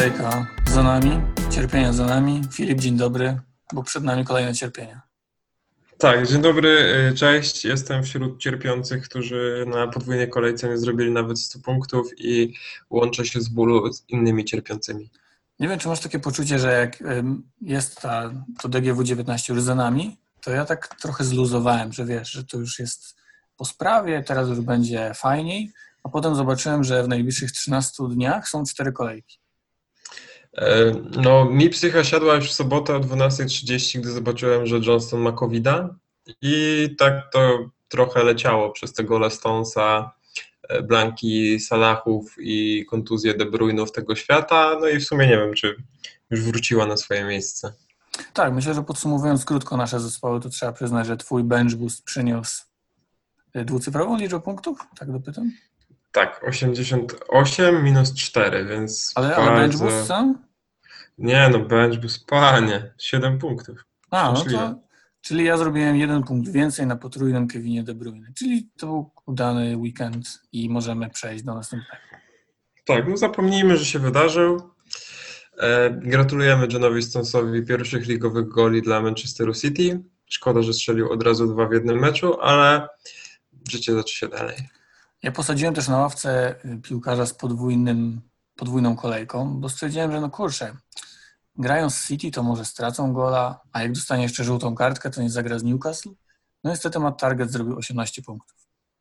kolejka za nami, cierpienia za nami. Filip, dzień dobry, bo przed nami kolejne cierpienia. Tak, dzień dobry, cześć. Jestem wśród cierpiących, którzy na podwójnej kolejce nie zrobili nawet 100 punktów i łączę się z bólu z innymi cierpiącymi. Nie wiem, czy masz takie poczucie, że jak jest to DGW-19 już za nami, to ja tak trochę zluzowałem, że wiesz, że to już jest po sprawie, teraz już będzie fajniej, a potem zobaczyłem, że w najbliższych 13 dniach są 4 kolejki. No, mi psycha siadła już w sobotę o 12:30, gdy zobaczyłem, że Johnston ma COVID-a i tak to trochę leciało przez tego gola Stonesa, Blanki, Salahów i kontuzję De Bruyne'ów tego świata, no i w sumie nie wiem, czy już wróciła na swoje miejsce. Tak, myślę, że podsumowując krótko nasze zespoły, to trzeba przyznać, że twój bench boost przyniósł dwucyfrową liczbę punktów? Tak dopytam? Tak, 88 minus 4, więc Ale bench bardzo... boost sam? Nie no, bench boost, panie, 7 punktów. No Szczęśliwe. to, czyli ja zrobiłem 1 punkt więcej na potrójnym Kevinie De Bruyne, czyli to był udany weekend i możemy przejść do następnego. Tak, no zapomnijmy, że się wydarzył. Gratulujemy Johnowi Stonesowi pierwszych ligowych goli dla Manchesteru City. Szkoda, że strzelił od razu 2 w jednym meczu, ale życie toczy się dalej. Ja posadziłem też na ławce piłkarza z podwójną kolejką, bo stwierdziłem, że no kurczę, grają z City, to może stracą gola, a jak dostanie jeszcze żółtą kartkę, to nie zagra z Newcastle. No niestety Matt Target zrobił 18 punktów.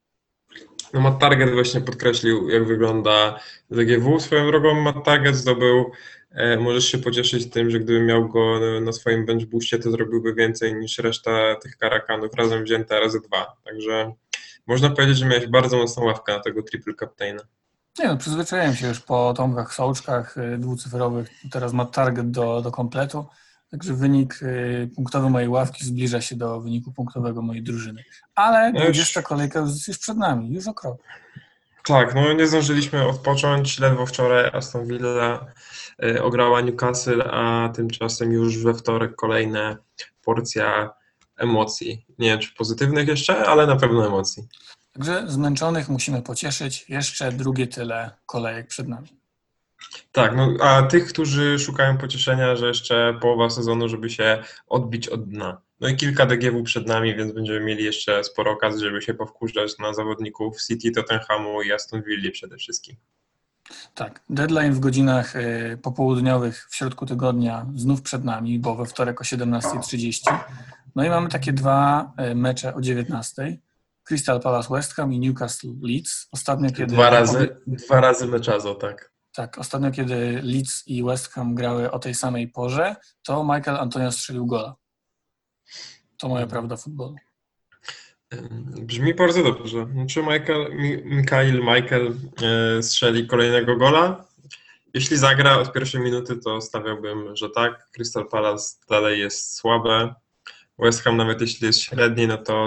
No Matt Target właśnie podkreślił, jak wygląda DGW. Swoją drogą Matt Target zdobył, możesz się pocieszyć tym, że gdyby miał go na swoim bench boostie, to zrobiłby więcej niż reszta tych karakanów razem wzięte razy 2. Także można powiedzieć, że miałeś bardzo mocną ławkę na tego triple captaina. Nie no, przyzwyczaiłem się już po Tomkach Sołczkach dwucyfrowych, teraz Matt Target do kompletu, także wynik punktowy mojej ławki zbliża się do wyniku punktowego mojej drużyny. Ale No 20 kolejka już przed nami, już o krok. tak, no nie zdążyliśmy odpocząć, ledwo wczoraj Aston Villa ograła Newcastle, a tymczasem już we wtorek kolejna porcja emocji. Nie wiem, czy pozytywnych jeszcze, ale na pewno emocji. Także zmęczonych musimy pocieszyć, jeszcze drugie tyle kolejek przed nami. Tak, no a tych, którzy szukają pocieszenia, że jeszcze połowa sezonu, żeby się odbić od dna. No i kilka DGW przed nami, więc będziemy mieli jeszcze sporo okazji, żeby się powkurzać na zawodników City, Tottenhamu i Aston Villa przede wszystkim. Tak, deadline w godzinach popołudniowych w środku tygodnia znów przed nami, bo we wtorek o 17:30. No i mamy takie dwa mecze o 19:00. Crystal Palace West Ham i Newcastle Leeds. Ostatnio, kiedy Dwa razy meczazo, tak. Tak, ostatnio kiedy Leeds i West Ham grały o tej samej porze, to Michael Antonio strzelił gola. To moja prawda futbolu. Brzmi bardzo dobrze. Czy Michael strzeli kolejnego gola? Jeśli zagra od pierwszej minuty, to stawiałbym, że tak. Crystal Palace dalej jest słabe. West Ham nawet jeśli jest średni, no to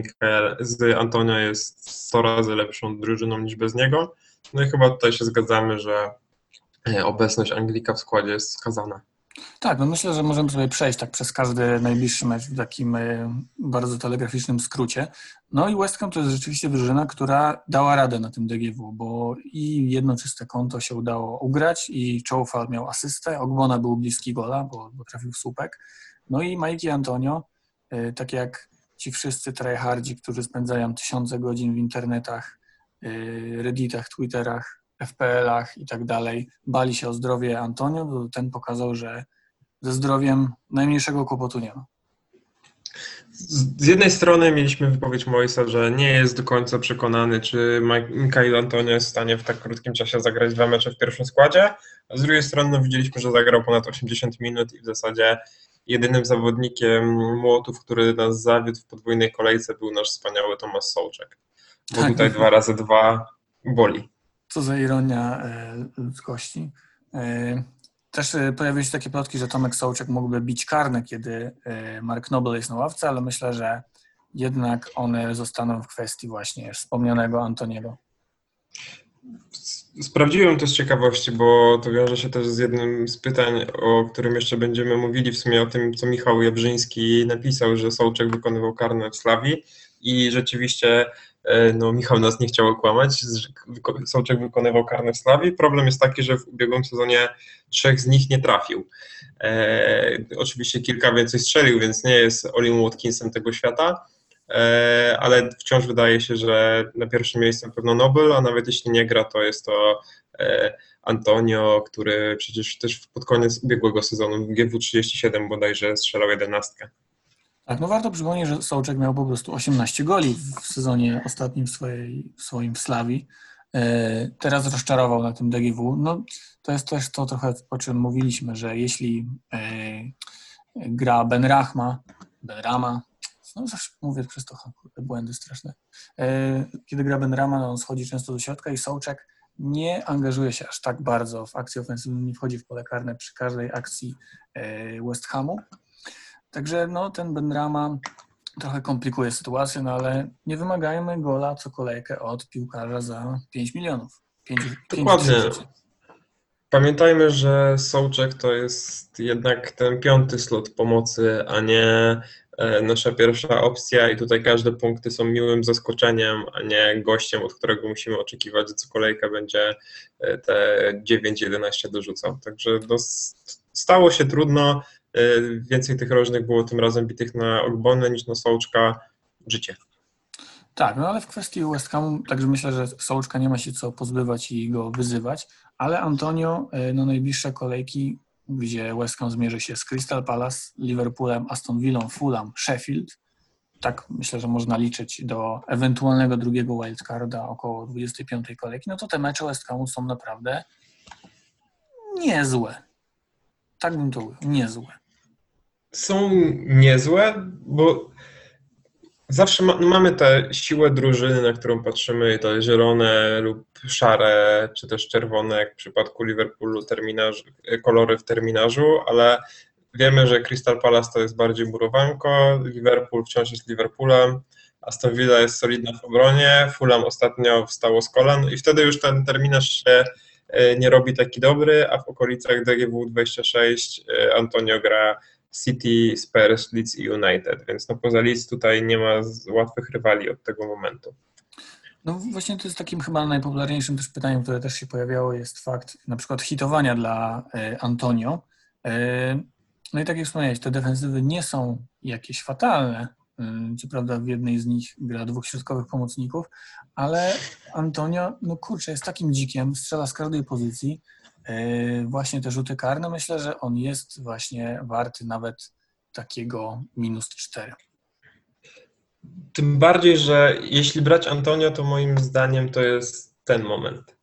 z Antonio jest 100 razy lepszą drużyną niż bez niego. No i chyba tutaj się zgadzamy, że obecność Anglika w składzie jest skazana. Tak, no myślę, że możemy sobie przejść tak przez każdy najbliższy mecz w takim bardzo telegraficznym skrócie. No i West Ham to jest rzeczywiście drużyna, która dała radę na tym DGW, bo i jedno czyste konto się udało ugrać i Choufal miał asystę, Ogbona był bliski gola, bo trafił w słupek. No i Mike i Antonio, tak jak ci wszyscy tryhardzi, którzy spędzają tysiące godzin w internetach, redditach, twitterach, FPL-ach i tak dalej, bali się o zdrowie Antonio, bo ten pokazał, że ze zdrowiem najmniejszego kłopotu nie ma. Z jednej strony mieliśmy wypowiedź Moisa, że nie jest do końca przekonany, czy Michail Antonio jest w stanie w tak krótkim czasie zagrać 2 mecze w pierwszym składzie, a z drugiej strony no, widzieliśmy, że zagrał ponad 80 minut i w zasadzie jedynym zawodnikiem młotów, który nas zawiódł w podwójnej kolejce, był nasz wspaniały Tomasz Souček. Bo Tak. tutaj 2 razy 2 boli. Co za ironia ludzkości. Też pojawiły się takie plotki, że Tomek Souček mógłby bić karne, kiedy Mark Noble jest na ławce, ale myślę, że jednak one zostaną w kwestii właśnie wspomnianego Antoniego. Sprawdziłem to z ciekawości, bo to wiąże się też z jednym z pytań, o którym jeszcze będziemy mówili, w sumie o tym, co Michał Jabrzyński napisał, że Souček wykonywał karne w Slawii i rzeczywiście No, Michał nas nie chciał okłamać, że Sołczek wykonywał karne w Slawii. Problem jest taki, że w ubiegłym sezonie 3 z nich nie trafił. Oczywiście kilka więcej strzelił, więc nie jest Olim Watkinsem tego świata, ale wciąż wydaje się, że na pierwszym miejscu na pewno Nobel, a nawet jeśli nie gra, to jest to Antonio, który przecież też pod koniec ubiegłego sezonu w GW37 bodajże strzelał 11. Tak, no warto przypomnieć, że Sołczek miał po prostu 18 goli w sezonie ostatnim swoim w Slawii. Teraz rozczarował na tym DGW. No, to jest też to trochę, o czym mówiliśmy, że jeśli gra Benrahma, no zawsze mówię przez to te błędy straszne. Kiedy gra Benrahma, no on schodzi często do środka i Sołczek nie angażuje się aż tak bardzo w akcję ofensywną, nie wchodzi w pole karne przy każdej akcji West Hamu. Także no, ten Benrahma trochę komplikuje sytuację, no ale nie wymagajmy gola co kolejkę od piłkarza za 5 milionów. Dokładnie. Pamiętajmy, że Sołczek to jest jednak ten 5. slot pomocy, a nie nasza pierwsza opcja i tutaj każde punkty są miłym zaskoczeniem, a nie gościem, od którego musimy oczekiwać, że co kolejka będzie te 9-11 dorzucał. Także stało się trudno, więcej tych rożnych było tym razem bitych na Ogbonę niż na Sołczka. Życie. Tak, no ale w kwestii West Hamu, także myślę, że Sołczka nie ma się co pozbywać i go wyzywać, ale Antonio, no najbliższe kolejki, gdzie West Ham zmierzy się z Crystal Palace, Liverpoolem, Aston Villą, Fulham, Sheffield, tak myślę, że można liczyć do ewentualnego drugiego wildcarda około 25 kolejki, no to te mecze West Hamu są naprawdę niezłe. Tak bym to mówił, niezłe. Są niezłe, bo zawsze mamy tę siłę drużyny, na którą patrzymy, to zielone lub szare, czy też czerwone, jak w przypadku Liverpoolu, kolory w terminarzu, ale wiemy, że Crystal Palace to jest bardziej murowanko, Liverpool wciąż jest Liverpoolem, Aston Villa jest solidna w obronie, Fulham ostatnio wstało z kolan i wtedy już ten terminarz się nie robi taki dobry, a w okolicach DGW 26 Antonio gra City, Spurs, Leeds i United, więc no poza Leeds tutaj nie ma łatwych rywali od tego momentu. No właśnie to jest takim chyba najpopularniejszym też pytaniem, które też się pojawiało, jest fakt na przykład hitowania dla Antonio. No i tak jak wspomniałeś, te defensywy nie są jakieś fatalne. Co prawda w jednej z nich gra 2 środkowych pomocników, ale Antonio, no kurczę, jest takim dzikiem, strzela z każdej pozycji. Właśnie te rzuty karne, myślę, że on jest właśnie warty nawet takiego -4. Tym bardziej, że jeśli brać Antonio, to moim zdaniem to jest ten moment.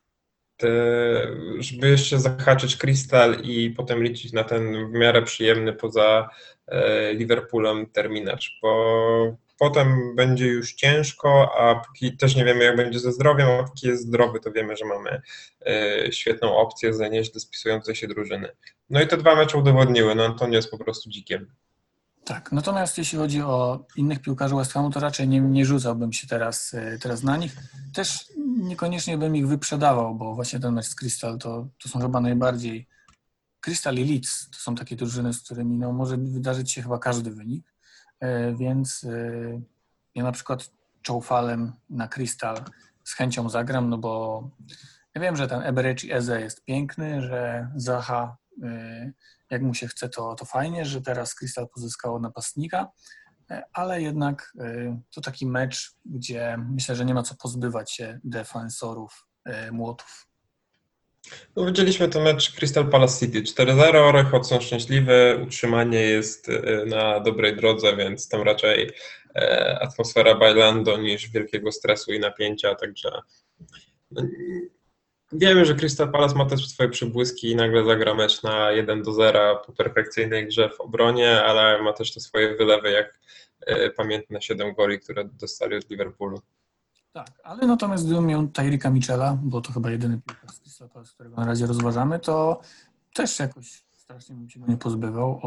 Żeby jeszcze zahaczyć Crystal i potem liczyć na ten w miarę przyjemny poza Liverpoolem terminarz, bo potem będzie już ciężko, a póki też nie wiemy, jak będzie ze zdrowiem, a póki jest zdrowy, to wiemy, że mamy świetną opcję za nieźle spisujące się drużyny. No i te 2 mecze udowodniły, no Antonio jest po prostu dzikiem. Tak, natomiast jeśli chodzi o innych piłkarzy West Hamu, to raczej nie rzucałbym się teraz na nich. Też niekoniecznie bym ich wyprzedawał, bo właśnie ten mecz z Crystal to są chyba najbardziej... Crystal i Leeds to są takie drużyny, z którymi no, może wydarzyć się chyba każdy wynik, więc ja na przykład czołfalem na Crystal z chęcią zagram, no bo ja wiem, że ten Eberechi Eze jest piękny, że Zaha jak mu się chce, to fajnie, że teraz Crystal pozyskało napastnika, ale jednak to taki mecz, gdzie myślę, że nie ma co pozbywać się defensorów młotów. No, widzieliśmy ten mecz Crystal Palace City 4-0, Rechot są szczęśliwe, utrzymanie jest na dobrej drodze, więc tam raczej atmosfera bailando niż wielkiego stresu i napięcia, także no, wiemy, że Crystal Palace ma też swoje przybłyski i nagle zagra mecz na 1-0 po perfekcyjnej grze w obronie, ale ma też te swoje wylewy, jak pamiętne 7 goli, które dostali od Liverpoolu. Tak, ale natomiast gdybym miał Tyrika Mitchella, bo to chyba jedyny piłkarz z Crystal Palace, którego na razie rozważamy, to też jakoś strasznie bym się go nie pozbywał.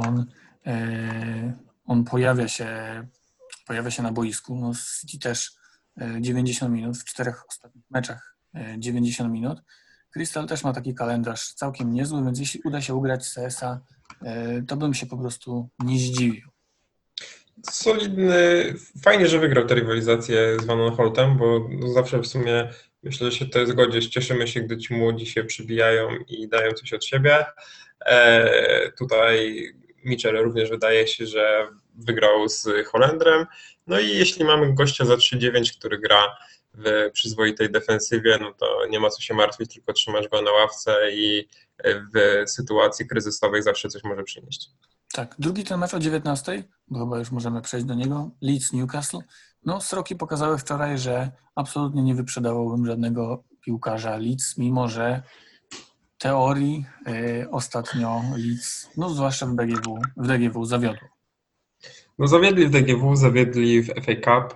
On pojawia się na boisku. No, City też 90 minut, w 4 ostatnich meczach 90 minut. Crystal też ma taki kalendarz całkiem niezły, więc jeśli uda się ugrać CS-a, to bym się po prostu nie zdziwił. solidny, fajnie, że wygrał tę rywalizację z Van Holtem, bo zawsze w sumie myślę, że się to zgodzi, cieszymy się, gdy ci młodzi się przybijają i dają coś od siebie. Tutaj Mitchell również wydaje się, że wygrał z Holendrem. No i jeśli mamy gościa za 3,9, który gra w przyzwoitej defensywie, no to nie ma co się martwić, tylko trzymać go na ławce i w sytuacji kryzysowej zawsze coś może przynieść. Tak, drugi ten mecz o 19, bo chyba już możemy przejść do niego, Leeds-Newcastle. No, sroki pokazały wczoraj, że absolutnie nie wyprzedawałbym żadnego piłkarza Leeds, mimo że w teorii ostatnio Leeds, no zwłaszcza w DGW zawiodło. No zawiedli w DGW, zawiedli w FA Cup,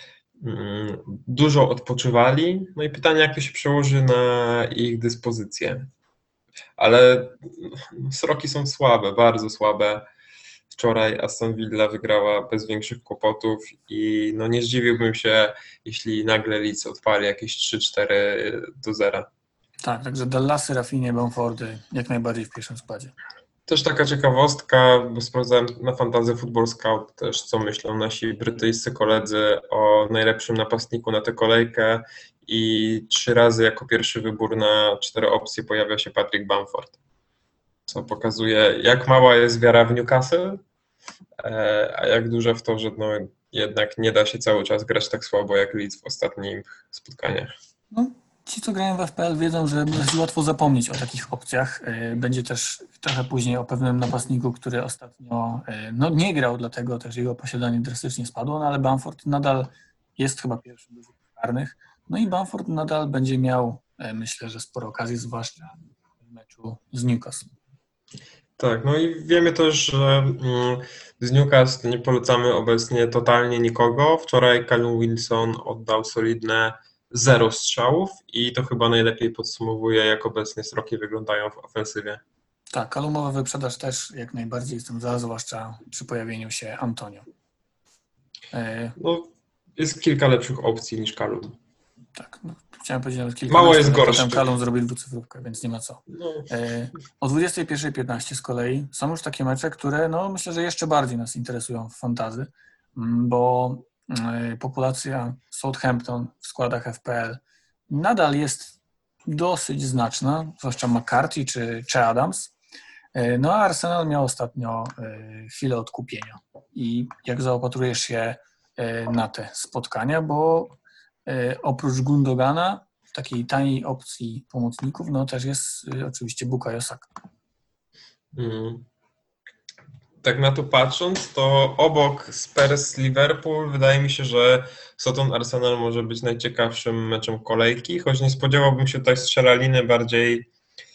dużo odpoczywali, no i pytanie, jak to się przełoży na ich dyspozycję. Ale sroki są słabe, bardzo słabe. Wczoraj Aston Villa wygrała bez większych kłopotów i no nie zdziwiłbym się, jeśli nagle Leeds odpali jakieś 3-4-0. Tak, także Dallasy, Rafinha, Bamfordy jak najbardziej w pierwszym składzie. Też taka ciekawostka, bo sprawdzałem na Fantasy Football Scout też, co myślą nasi brytyjscy koledzy o najlepszym napastniku na tę kolejkę i 3 razy jako pierwszy wybór na 4 opcje pojawia się Patrick Bamford, co pokazuje, jak mała jest wiara w Newcastle, a jak duża w to, że no jednak nie da się cały czas grać tak słabo jak Leeds w ostatnich spotkaniach. No, ci, co grają w FPL, wiedzą, że dość łatwo zapomnieć o takich opcjach. Będzie też trochę później o pewnym napastniku, który ostatnio no, nie grał, dlatego też jego posiadanie drastycznie spadło, no ale Bamford nadal jest chyba pierwszym do rzutów karnych. No i Bamford nadal będzie miał, myślę, że sporo okazji, zwłaszcza w meczu z Newcastle. Tak, no i wiemy też, że z Newcastle nie polecamy obecnie totalnie nikogo. Wczoraj Callum Wilson oddał solidne 0 strzałów i to chyba najlepiej podsumowuje, jak obecnie sroki wyglądają w ofensywie. Tak, kalumowa wyprzedaż też jak najbardziej jestem za, zwłaszcza przy pojawieniu się Antonio. No, jest kilka lepszych opcji niż Callum. Tak, no, chciałem powiedzieć nawet kilka Mało lepszych, jest ale gorszy. potem Callum zrobił dwucyfrówkę, więc nie ma co. No. O 21:15 z kolei są już takie mecze, które no, myślę, że jeszcze bardziej nas interesują w fantasy, bo populacja Southampton w składach FPL nadal jest dosyć znaczna, zwłaszcza McCarthy czy Adams. No a Arsenal miał ostatnio chwilę odkupienia. I jak zaopatrujesz się na te spotkania, bo oprócz Gundogana w takiej taniej opcji pomocników, no też jest oczywiście Bukayo Saka. Tak na to patrząc, to obok Spurs Liverpool wydaje mi się, że Soton Arsenal może być najciekawszym meczem kolejki, choć nie spodziewałbym się tutaj strzelaliny, bardziej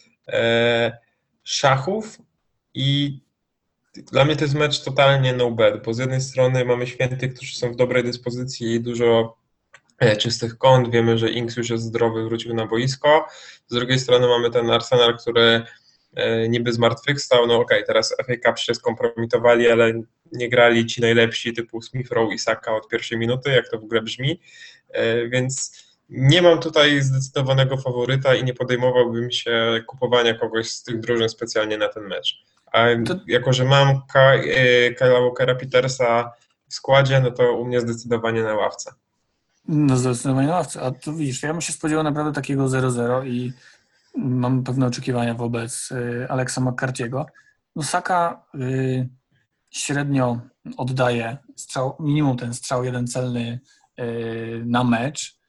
szachów i dla mnie to jest mecz totalnie no bet, bo z jednej strony mamy świętych, którzy są w dobrej dyspozycji i dużo czystych kąt, wiemy, że Ings już jest zdrowy, wrócił na boisko, z drugiej strony mamy ten Arsenal, który niby zmartwychwstał, no okej, teraz FA Cup się skompromitowali, ale nie grali ci najlepsi typu Smith Rowe i Saka od pierwszej minuty, jak to w ogóle brzmi, więc nie mam tutaj zdecydowanego faworyta i nie podejmowałbym się kupowania kogoś z tych drużyn specjalnie na ten mecz. A jako, że mam Kyla Walkera-Pettersa w składzie, no to u mnie zdecydowanie na ławce. No zdecydowanie na ławce, a tu widzisz, ja bym się spodziewał naprawdę takiego 0-0 i mam pewne oczekiwania wobec Alexa McCarthy'ego. No Saka średnio oddaje strzał, minimum ten strzał jeden celny na mecz.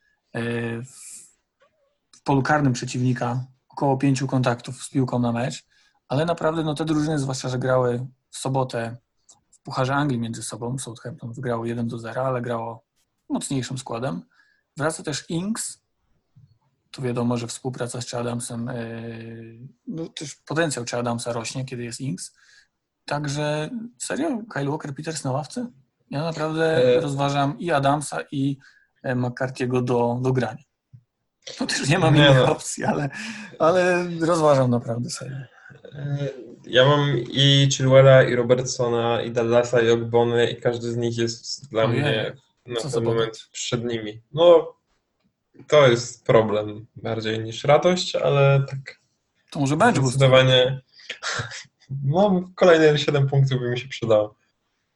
W polu karnym przeciwnika około 5 kontaktów z piłką na mecz, ale naprawdę no te drużyny, zwłaszcza, że grały w sobotę w Pucharze Anglii między sobą, Southampton wygrało 1-0, ale grało mocniejszym składem. Wraca też Ings. Tu wiadomo, że współpraca z Che Adamsem, no też potencjał Che Adamsa rośnie, kiedy jest Ings. Także serio? Kyle Walker-Peters na ławce? Ja naprawdę rozważam i Adamsa, i McCarthy'ego do grania. No też nie mam innych opcji, ale rozważam naprawdę serio. Ja mam i Chilwella, i Robertsona, i Dallasa, i Ogbony i każdy z nich jest dla mnie na ten moment przed nimi. No, to jest problem bardziej niż radość, ale tak to może będzie zdecydowanie no, kolejne 7 punktów by mi się przydało.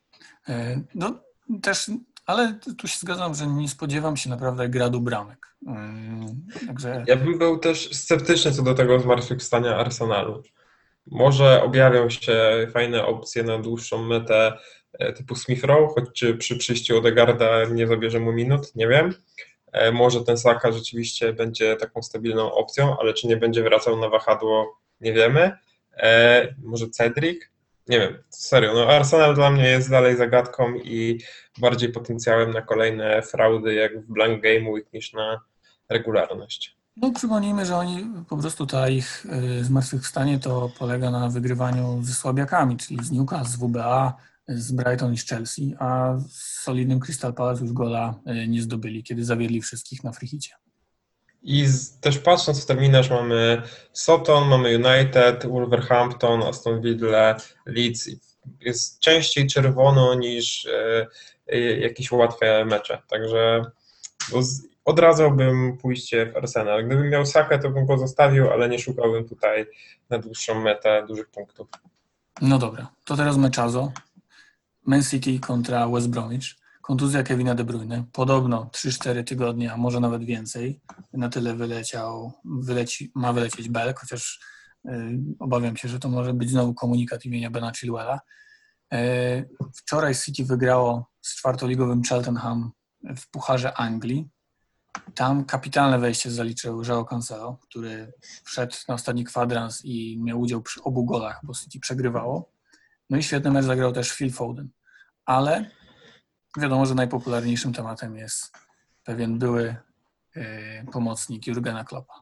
No też, ale tu się zgadzam, że nie spodziewam się naprawdę gradu bramek. Także Ja bym był też sceptyczny co do tego zmartwychwstania Arsenalu. Może objawią się fajne opcje na dłuższą metę typu Smith Rowe, choć czy przy przyjściu Odegaarda nie zabierze mu minut, nie wiem. Może ten Saka rzeczywiście będzie taką stabilną opcją, ale czy nie będzie wracał na wahadło, nie wiemy. Może Cedric? Nie wiem, serio. No Arsenal dla mnie jest dalej zagadką i bardziej potencjałem na kolejne fraudy jak w Blank Game Week niż na regularność. no, przypomnijmy, że oni po prostu ta ich zmartwychwstanie to polega na wygrywaniu ze słabiakami, czyli z Newcastle, z WBA, z Brighton i z Chelsea, a z solidnym Crystal Palace już gola nie zdobyli, kiedy zawiedli wszystkich na frichicie. I też patrząc w terminarz mamy Soton, mamy United, Wolverhampton, Aston Villa, Leeds. Jest częściej czerwono niż jakieś łatwe mecze. Także odradzałbym pójście w Arsenal. Gdybym miał Sakę, to bym go zostawił, ale nie szukałbym tutaj na dłuższą metę dużych punktów. No dobra, to teraz meczazo. Man City kontra West Bromwich. Kontuzja Kevina De Bruyne. Podobno 3-4 tygodnie, a może nawet więcej. Na tyle ma wylecieć Belk, chociaż obawiam się, że to może być znowu komunikat imienia Bena Chilwella. Wczoraj City wygrało z czwartoligowym Cheltenham w Pucharze Anglii. Tam kapitalne wejście zaliczył João Cancelo, który wszedł na ostatni kwadrans i miał udział przy obu golach, bo City przegrywało. No i świetny mecz zagrał też Phil Foden. Ale wiadomo, że najpopularniejszym tematem jest pewien były pomocnik Jurgena Kloppa.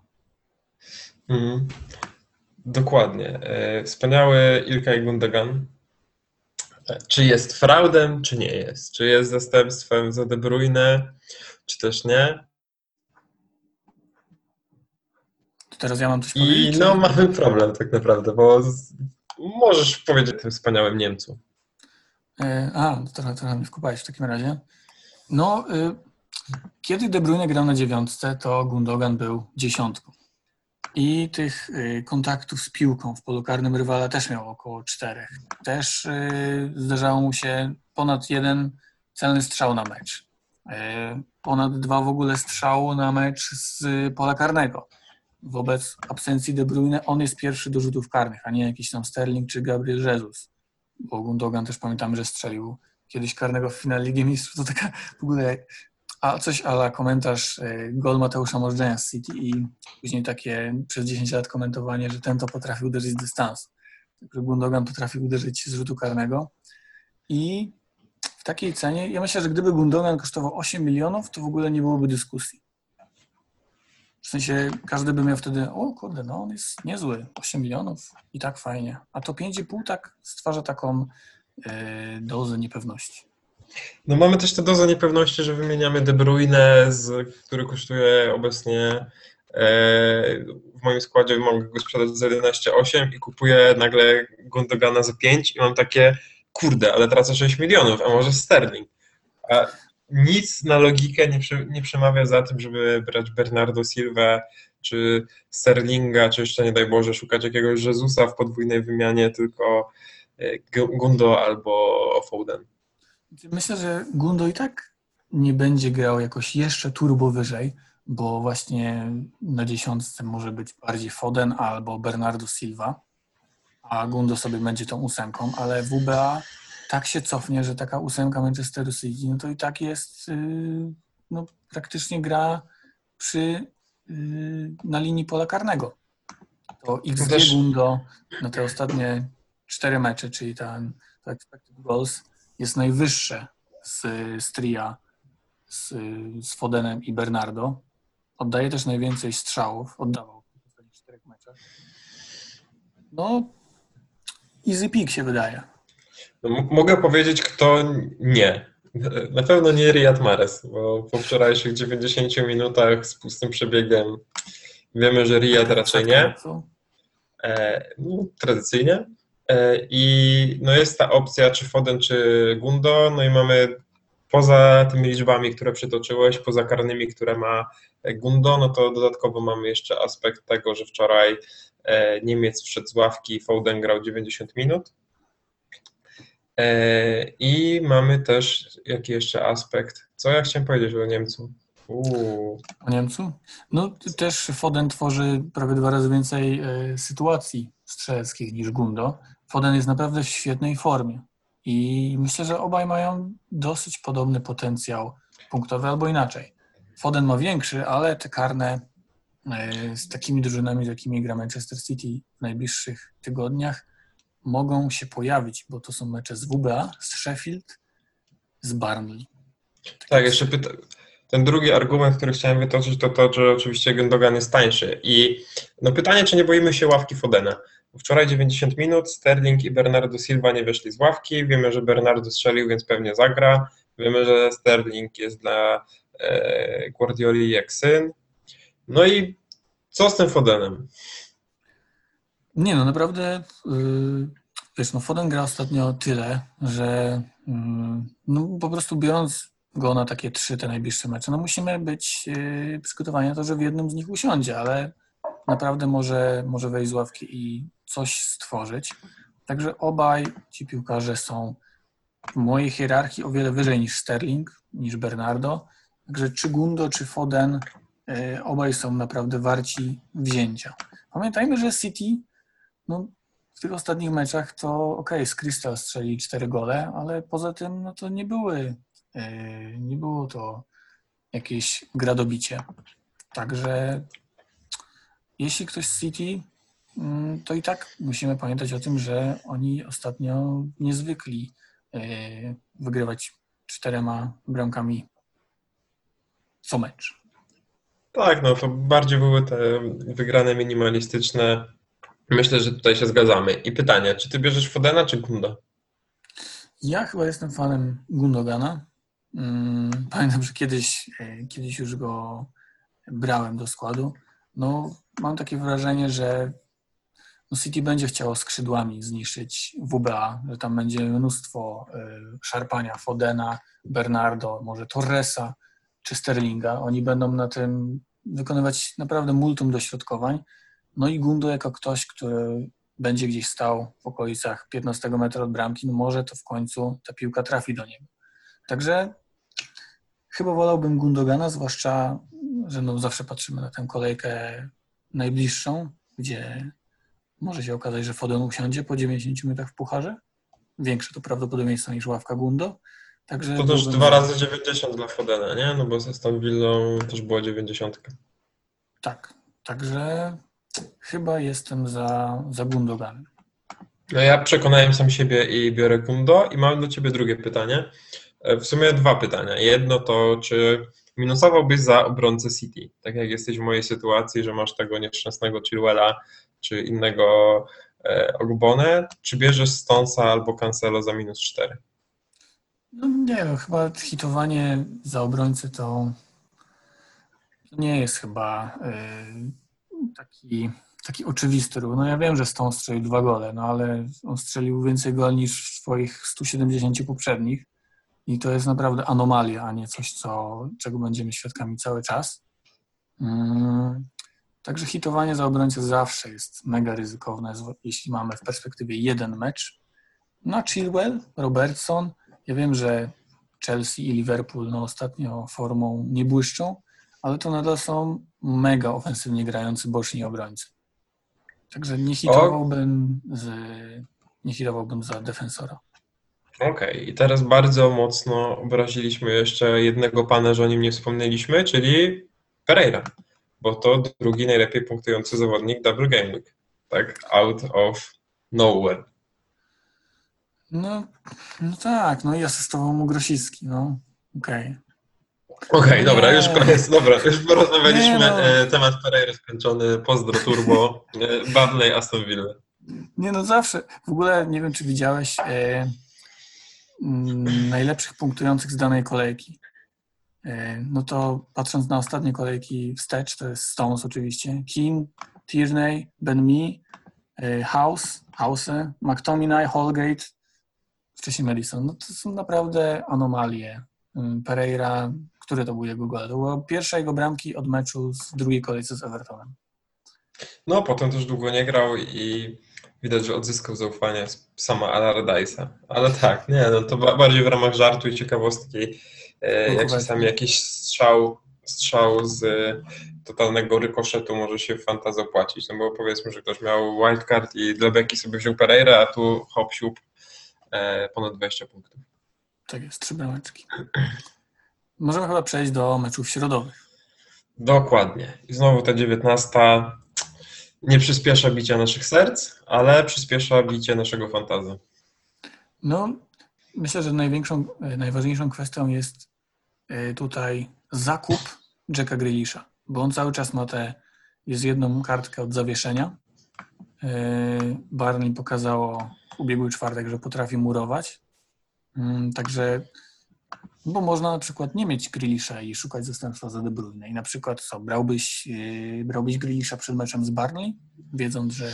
Dokładnie. Wspaniały Ilkay Gundogan. Czy jest fraudem, czy nie jest? Czy jest zastępstwem za De Bruyne, czy też nie? To teraz ja mam coś I powiedzieć? no mamy problem tak naprawdę, bo możesz powiedzieć o tym wspaniałym Niemcu. Trochę mnie wkopałeś w takim razie. No, kiedy De Bruyne grał na 9, to Gundogan był 10. I tych kontaktów z piłką w polu karnym rywala też miał około 4. Też zdarzało mu się ponad 1 celny strzał na mecz. Ponad 2 w ogóle strzału na mecz z pola karnego. Wobec absencji De Bruyne on jest pierwszy do rzutów karnych, a nie jakiś tam Sterling czy Gabriel Jesus. Bo Gundogan też pamiętamy, że strzelił kiedyś karnego w finale Ligi Mistrzów. To taka w ogóle... A coś a la komentarz gol Mateusza Możdżenia z City i później takie przez 10 lat komentowanie, że ten to potrafił uderzyć z dystansu. Że Gundogan potrafił uderzyć z rzutu karnego. I w takiej cenie, ja myślę, że gdyby Gundogan kosztował 8 milionów, to w ogóle nie byłoby dyskusji. W sensie każdy by miał wtedy, o kurde, no on jest niezły, 8 milionów i tak fajnie. A to 5,5 tak stwarza taką dozę niepewności. No mamy też tę dozę niepewności, że wymieniamy De Bruyne, który kosztuje obecnie w moim składzie, mogę go sprzedać za 11,8 i kupuję nagle Gundogana za 5 i mam takie, kurde, ale tracę 6 milionów, a może Sterling. A nic na logikę nie przemawia za tym, żeby brać Bernardo Silva, czy Sterlinga, czy jeszcze nie daj Boże szukać jakiegoś Jezusa w podwójnej wymianie, tylko Gundo albo Foden. Myślę, że Gundo i tak nie będzie grał jakoś jeszcze turbo wyżej, bo właśnie na 10 może być bardziej Foden albo Bernardo Silva, a Gundo sobie będzie tą 8, ale WBA tak się cofnie, że taka 8 Manchesteru City, no to i tak jest, no praktycznie gra na linii pola karnego. To XG Gundo na te ostatnie 4 mecze, czyli to expected goals, jest najwyższe z tria z Fodenem i Bernardo. Oddaje też najwięcej strzałów. Oddawał w ostatnich 4 meczach. No, easy pick się wydaje. No, mogę powiedzieć, kto nie. Na pewno nie Riyad Mahrez, bo po wczorajszych 90 minutach z pustym przebiegiem wiemy, że Riyad raczej nie. No, tradycyjnie. I no jest ta opcja, czy Foden, czy Gundo, no i mamy poza tymi liczbami, które przytoczyłeś, poza karnymi, które ma Gundo, no to dodatkowo mamy jeszcze aspekt tego, że wczoraj Niemiec wszedł z ławki, Foden grał 90 minut. I mamy też jaki jeszcze aspekt? Co ja chciałem powiedzieć o Niemcu? Uuu. O Niemcu? No też Foden tworzy prawie 2 razy więcej sytuacji strzeleckich niż Gundo. Foden jest naprawdę w świetnej formie i myślę, że obaj mają dosyć podobny potencjał punktowy, albo inaczej. Foden ma większy, ale te karne z takimi drużynami, z jakimi gra Manchester City w najbliższych tygodniach, mogą się pojawić, bo to są mecze z WBA, z Sheffield, z Burnley. Tak, jeszcze ten drugi argument, który chciałem wytoczyć, to to, że oczywiście Gündogan jest tańszy. I no pytanie, czy nie boimy się ławki Fodena? Wczoraj 90 minut, Sterling i Bernardo Silva nie weszli z ławki. Wiemy, że Bernardo strzelił, więc pewnie zagra. Wiemy, że Sterling jest dla Guardioli jak syn. No i co z tym Fodenem? Nie no, naprawdę wiesz, no Foden gra ostatnio tyle, że no po prostu biorąc go na takie 3 te najbliższe mecze, no musimy być przygotowani na to, że w jednym z nich usiądzie, ale naprawdę może wejść z ławki i coś stworzyć. Także obaj ci piłkarze są w mojej hierarchii o wiele wyżej niż Sterling, niż Bernardo. Także czy Gundo, czy Foden, obaj są naprawdę warci wzięcia. Pamiętajmy, że City no, w tych ostatnich meczach to z Crystal strzeli 4 gole, ale poza tym no to nie było to jakieś gradobicie. Także jeśli ktoś z City, to i tak musimy pamiętać o tym, że oni ostatnio nie zwykli wygrywać 4 bramkami co mecz. Tak, no to bardziej były te wygrane minimalistyczne. Myślę, że tutaj się zgadzamy. I pytanie, czy ty bierzesz Fodena czy Gunda? Ja chyba jestem fanem Gundogana. Pamiętam, że kiedyś już go brałem do składu. No, mam takie wrażenie, że City będzie chciało skrzydłami zniszczyć WBA, że tam będzie mnóstwo szarpania Fodena, Bernardo, może Torresa czy Sterlinga. Oni będą na tym wykonywać naprawdę multum dośrodkowań. No i Gundo jako ktoś, który będzie gdzieś stał w okolicach 15 metra od bramki, no może to w końcu ta piłka trafi do niego. Także chyba wolałbym Gundogana, zwłaszcza, że no zawsze patrzymy na tę kolejkę najbliższą, gdzie może się okazać, że Foden usiądzie po 90 minutach w pucharze. Większe to prawdopodobieństwo niż ławka Gundo. Także To też byłbym 2 za. razy 90 dla Fodena, nie? No bo z Aston Villą też była 90. Tak. Także chyba jestem za Gundoganem. No ja przekonałem sam siebie i biorę Gundo i mam do ciebie drugie pytanie. W sumie 2 pytania. Jedno to, czy minusowałbyś za obrońcę City? Tak jak jesteś w mojej sytuacji, że masz tego nieszczęsnego Chilwella czy innego Ogbonę, czy bierzesz Stonesa albo Cancelo za -4? No nie no, chyba hitowanie za obrońcę to nie jest chyba taki oczywisty ruch. No ja wiem, że Stone strzelił 2 gole, no ale on strzelił więcej goli niż w swoich 170 poprzednich i to jest naprawdę anomalia, a nie coś, czego będziemy świadkami cały czas. Także hitowanie za obrońcę zawsze jest mega ryzykowne, jeśli mamy w perspektywie jeden mecz. No Chilwell, Robertson, ja wiem, że Chelsea i Liverpool no ostatnio formą nie błyszczą, ale to nadal są mega ofensywnie grający boczni obrońcy. Także nie hitowałbym za defensora. Okej, i teraz bardzo mocno obraziliśmy jeszcze jednego pana, że o nim nie wspomnieliśmy, czyli Pereira, bo to drugi najlepiej punktujący zawodnik Double Game Week, tak? Out of nowhere. No tak, no i asystował mu Grosicki, no okej. Okej, No dobra, już nie, koniec, dobra, już porozmawialiśmy, nie no, temat Pereira skończony, pozdro turbo, Barnley, Aston Villa. nie no zawsze, w ogóle nie wiem, czy widziałeś najlepszych punktujących z danej kolejki. No to patrząc na ostatnie kolejki wstecz, to jest Stones oczywiście, Keane, Tierney, Ben Mee, House, McTominay, Holgate, wcześniej Madison. No to są naprawdę anomalie. Pereira, który to był jego gol? To była pierwsza jego bramki od meczu z drugiej kolejce z Evertonem. No, potem też długo nie grał i Widać, że odzyskał zaufanie sama Allardyce'a. Ale tak, nie, no to bardziej w ramach żartu i ciekawostki, jak czasami Słuchajcie. jakiś strzał z totalnego rykoszetu może się w fantasy opłacić. No bo powiedzmy, że ktoś miał wildcard i dla beki sobie wziął Pereira, a tu hop siup, ponad 20 punktów. Tak jest, 3 brameczki. Możemy chyba przejść do meczów środowych. Dokładnie. I znowu ta 19 nie przyspiesza bicia naszych serc, ale przyspiesza bicie naszego fantazy. No, myślę, że najważniejszą kwestią jest tutaj zakup Jacka Grealisha, bo on cały czas jest jedną kartkę od zawieszenia. Burnley pokazało w ubiegły czwartek, że potrafi murować. Także, bo można na przykład nie mieć Grealisha i szukać zastępstwa za De Bruyne. I na przykład brałbyś Grealisha przed meczem z Burnley, wiedząc, że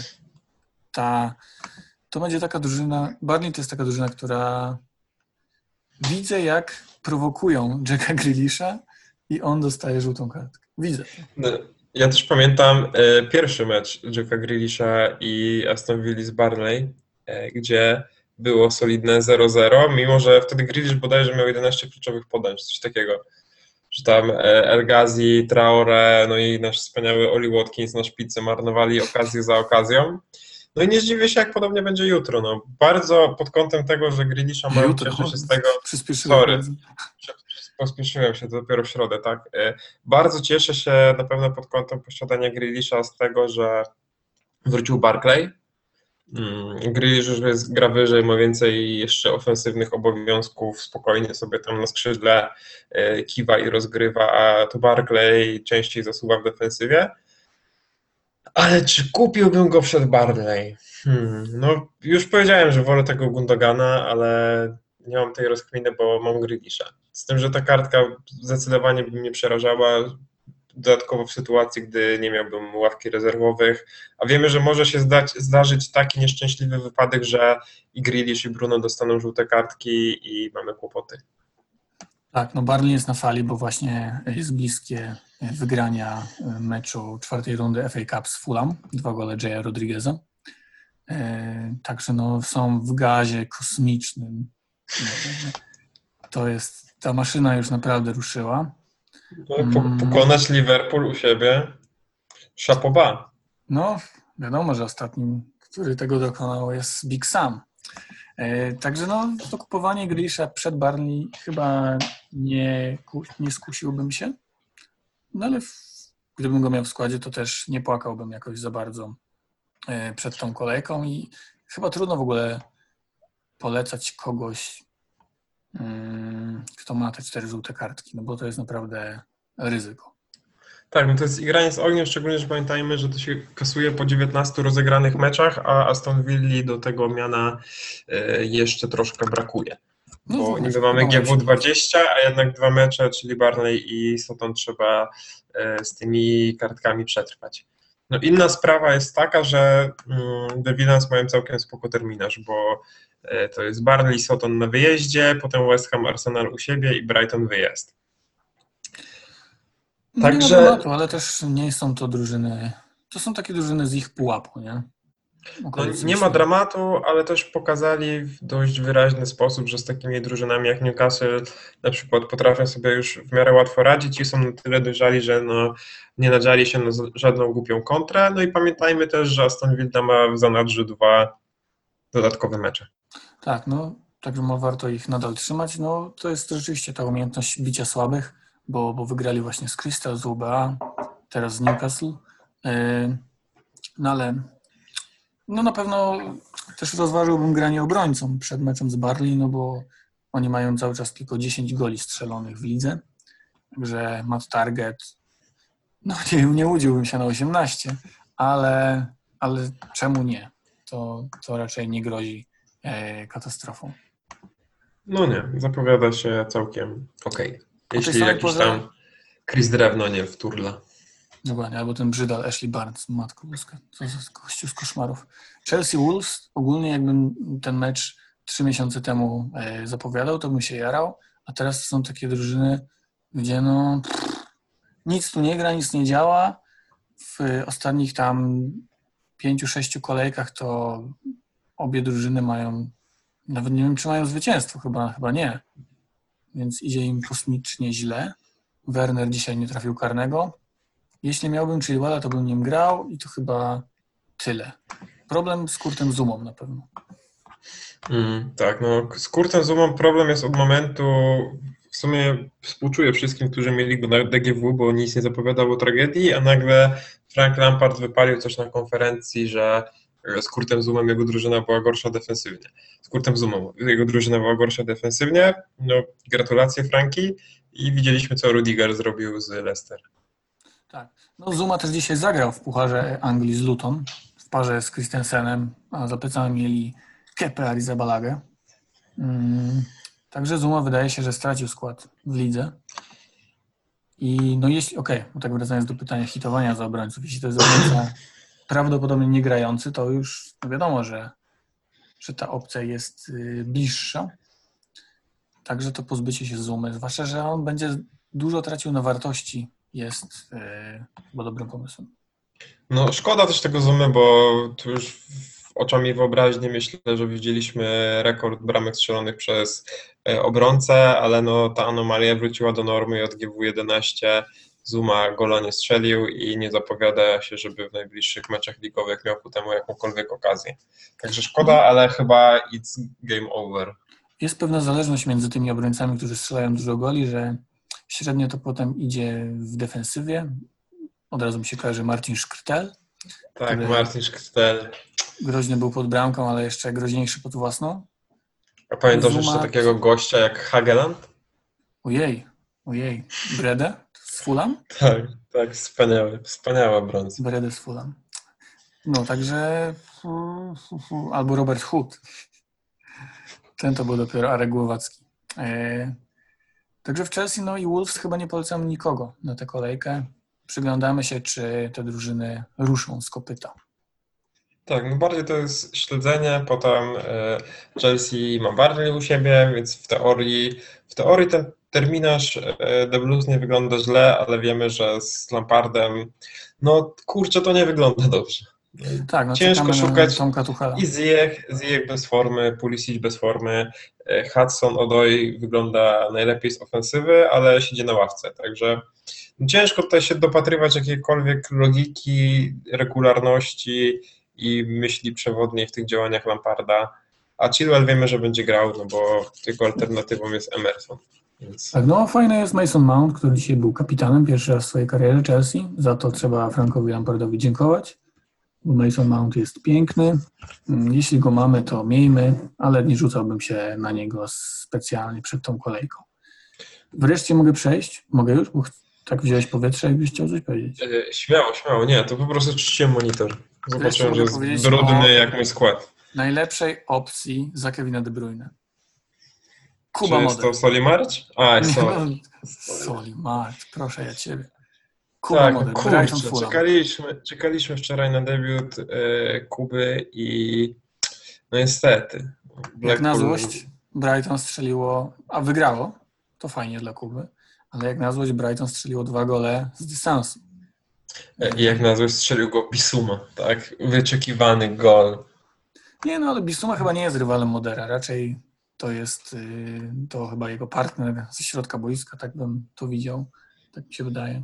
to będzie taka drużyna, Burnley to jest taka drużyna, która widzę, jak prowokują Jacka Grealisha i on dostaje żółtą kartkę. Widzę to. No, ja też pamiętam pierwszy mecz Jacka Grealisha i Aston Villa z Burnley, gdzie było solidne 0-0, mimo że wtedy Grealish bodajże miał 11 kluczowych podań, czy coś takiego. Że tam El Ghazi, Traore, no i nasz wspaniały Oli Watkins na szpicy marnowali okazję za okazją. No i nie zdziwię się, jak podobnie będzie jutro. No, bardzo pod kątem tego, że Grealisha mam, cieszę się z tego. Sorry, pospieszyłem się, to dopiero w środę, tak? Bardzo cieszę się na pewno pod kątem posiadania Grealisha z tego, że wrócił Barclay. Grealish już gra wyżej, ma więcej jeszcze ofensywnych obowiązków, spokojnie sobie tam na skrzydle kiwa i rozgrywa, a to Barclay częściej zasuwa w defensywie. Ale czy kupiłbym go przed Barclay? No już powiedziałem, że wolę tego Gundogana, ale nie mam tej rozkminy, bo mam Grealisha. Z tym, że ta kartka zdecydowanie by mnie przerażała, dodatkowo w sytuacji, gdy nie miałbym ławki rezerwowych, a wiemy, że może się zdarzyć taki nieszczęśliwy wypadek, że i Grealish i Bruno dostaną żółte kartki i mamy kłopoty. Tak, no Burnley jest na fali, bo właśnie jest bliskie wygrania meczu czwartej rundy FA Cup z Fulham, 2 gole Jaya Rodrigueza. Także no, są w gazie kosmicznym. Ta maszyna już naprawdę ruszyła. Pokonać Liverpool u siebie, chapeau bas. No, wiadomo, że ostatnim, który tego dokonał, jest Big Sam. Także no, to kupowanie Grealisha przed Burnley chyba nie skusiłbym się. No ale gdybym go miał w składzie, to też nie płakałbym jakoś za bardzo przed tą kolejką i chyba trudno w ogóle polecać kogoś, kto ma te 4 żółte kartki, no bo to jest naprawdę ryzyko. Tak, no to jest igranie z ogniem, szczególnie, że pamiętajmy, że to się kasuje po 19 rozegranych meczach, a Aston Villa do tego miana jeszcze troszkę brakuje. No, Bo niby mamy GW20, a jednak 2 mecze, czyli Burnley i Soton trzeba z tymi kartkami przetrwać. No inna sprawa jest taka, że The Villains mają całkiem spoko terminarz, bo to jest Burnley, Soton na wyjeździe, potem West Ham, Arsenal u siebie i Brighton wyjazd. Także... Nie ma dramatu, ale też nie są to drużyny, to są takie drużyny z ich pułapu, nie? No, nie ma dramatu, ale też pokazali w dość wyraźny sposób, że z takimi drużynami jak Newcastle na przykład potrafią sobie już w miarę łatwo radzić i są na tyle dojrzali, że no, nie nadziali się na żadną głupią kontrę. No i pamiętajmy też, że Aston Villa ma w zanadrzu 2 dodatkowe mecze. Tak, no także warto ich nadal trzymać. No to jest rzeczywiście ta umiejętność bicia słabych, bo wygrali właśnie z Crystal, z UBA, teraz z Newcastle. No ale no na pewno też rozważyłbym granie obrońcą przed meczem z Burnley, no bo oni mają cały czas tylko 10 goli strzelonych w lidze. Także Matt Target, no nie łudziłbym się na 18, ale czemu nie? To raczej nie grozi katastrofą. No nie, zapowiada się całkiem okej. Jeśli jakiś tam Chris Drewno nie wturla. Dokładnie, albo ten brzydal Ashley Barnes, matko boska, co za gościu z koszmarów. Chelsea Wolves, ogólnie jakbym ten mecz 3 miesiące temu zapowiadał, to bym się jarał, a teraz są takie drużyny, gdzie no nic tu nie gra, nic nie działa. W ostatnich tam 5-6 kolejkach to obie drużyny mają, nawet nie wiem, czy mają zwycięstwo, chyba nie. Więc idzie im kosmicznie źle. Werner dzisiaj nie trafił karnego. Jeśli miałbym Chilwella, to bym nim grał i to chyba tyle. Problem z Kurtem Zumą na pewno. Tak, no z Kurtem Zumą problem jest od momentu, w sumie współczuję wszystkim, którzy mieli go na DGW, bo nic nie zapowiadał o tragedii, a nagle Frank Lampard wypalił coś na konferencji, że z Kurtem Zumą jego drużyna była gorsza defensywnie. Z Kurtem Zumą jego drużyna była gorsza defensywnie. No, gratulacje Franki i widzieliśmy, co Rudiger zrobił z Leicester. Tak. No Zuma też dzisiaj zagrał w Pucharze Anglii z Luton w parze z Christensenem, a za plecami mieli Kepa Arrizabalaga. Także Zuma wydaje się, że stracił skład w lidze. I no jeśli, bo tak wracając do pytania hitowania za obrońców, jeśli to jest obrońca prawdopodobnie nie grający, to już wiadomo, że ta opcja jest bliższa. Także to pozbycie się Zumy, zwłaszcza, że on będzie dużo tracił na wartości, jest chyba dobrym pomysłem. No szkoda też tego Zumy, bo tu już oczami wyobraźni myślę, że widzieliśmy rekord bramek strzelonych przez obrońcę, ale no ta anomalia wróciła do normy i od GW11 Zuma gola nie strzelił i nie zapowiada się, żeby w najbliższych meczach ligowych miał ku temu jakąkolwiek okazję. Także szkoda, ale chyba it's game over. Jest pewna zależność między tymi obrońcami, którzy strzelają dużo goli, że średnio to potem idzie w defensywie. Od razu mi się kojarzy Martin Szkrtel. Tak, Martin Szkrtel. Groźny był pod bramką, ale jeszcze groźniejszy pod własną. A pamiętasz jeszcze takiego gościa jak Hageland? Ojej. Brede z Fulham? Tak, wspaniała obrońca. Brede z Fulham. No, także albo Robert Hood. Ten to był dopiero Arek Głowacki. Także w Chelsea i Wolves chyba nie polecamy nikogo na tę kolejkę. Przyglądamy się, czy te drużyny ruszą z kopyta. Tak, no bardziej to jest śledzenie, potem Chelsea ma Barnley u siebie, więc w teorii ten terminarz The Blues nie wygląda źle, ale wiemy, że z Lampardem, no kurczę, to nie wygląda dobrze. Tak, ciężko szukać Tomka Tuchela. I Ziyech bez formy, Pulisic bez formy, Hudson-Odoi wygląda najlepiej z ofensywy, ale siedzi na ławce, także ciężko tutaj się dopatrywać jakiejkolwiek logiki, regularności i myśli przewodniej w tych działaniach Lamparda, a Chilwell wiemy, że będzie grał, no bo tylko alternatywą jest Emerson. Więc... Tak, no fajny jest Mason Mount, który dzisiaj był kapitanem pierwszy raz w swojej karierze Chelsea, za to trzeba Frankowi Lampardowi dziękować, bo Mason Mount jest piękny, jeśli go mamy, to miejmy, ale nie rzucałbym się na niego specjalnie przed tą kolejką. Wreszcie mogę przejść? Mogę już? Bo tak wziąłeś powietrze, jakbyś chciał coś powiedzieć. Śmiało, nie, to po prostu czyściłem monitor. Zobaczyłem, że jest brudny jak mój skład. Najlepszej opcji za Kevina De Bruyne. Kuba Czy jest to Solly March? Solly March, proszę ja ciebie. Kuba Model, Brighton Fulham. Czekaliśmy wczoraj na debiut Kuby i no niestety. Jak na złość Brighton strzeliło, a wygrało, to fajnie dla Kuby, ale jak na złość Brighton strzeliło 2 gole z dystansu. I jak na złość strzelił go Bissouma, tak? Wyczekiwany gol. Nie, no ale Bissouma chyba nie jest rywalem Modera, raczej to jest to chyba jego partner ze środka boiska, tak bym to widział, tak mi się wydaje.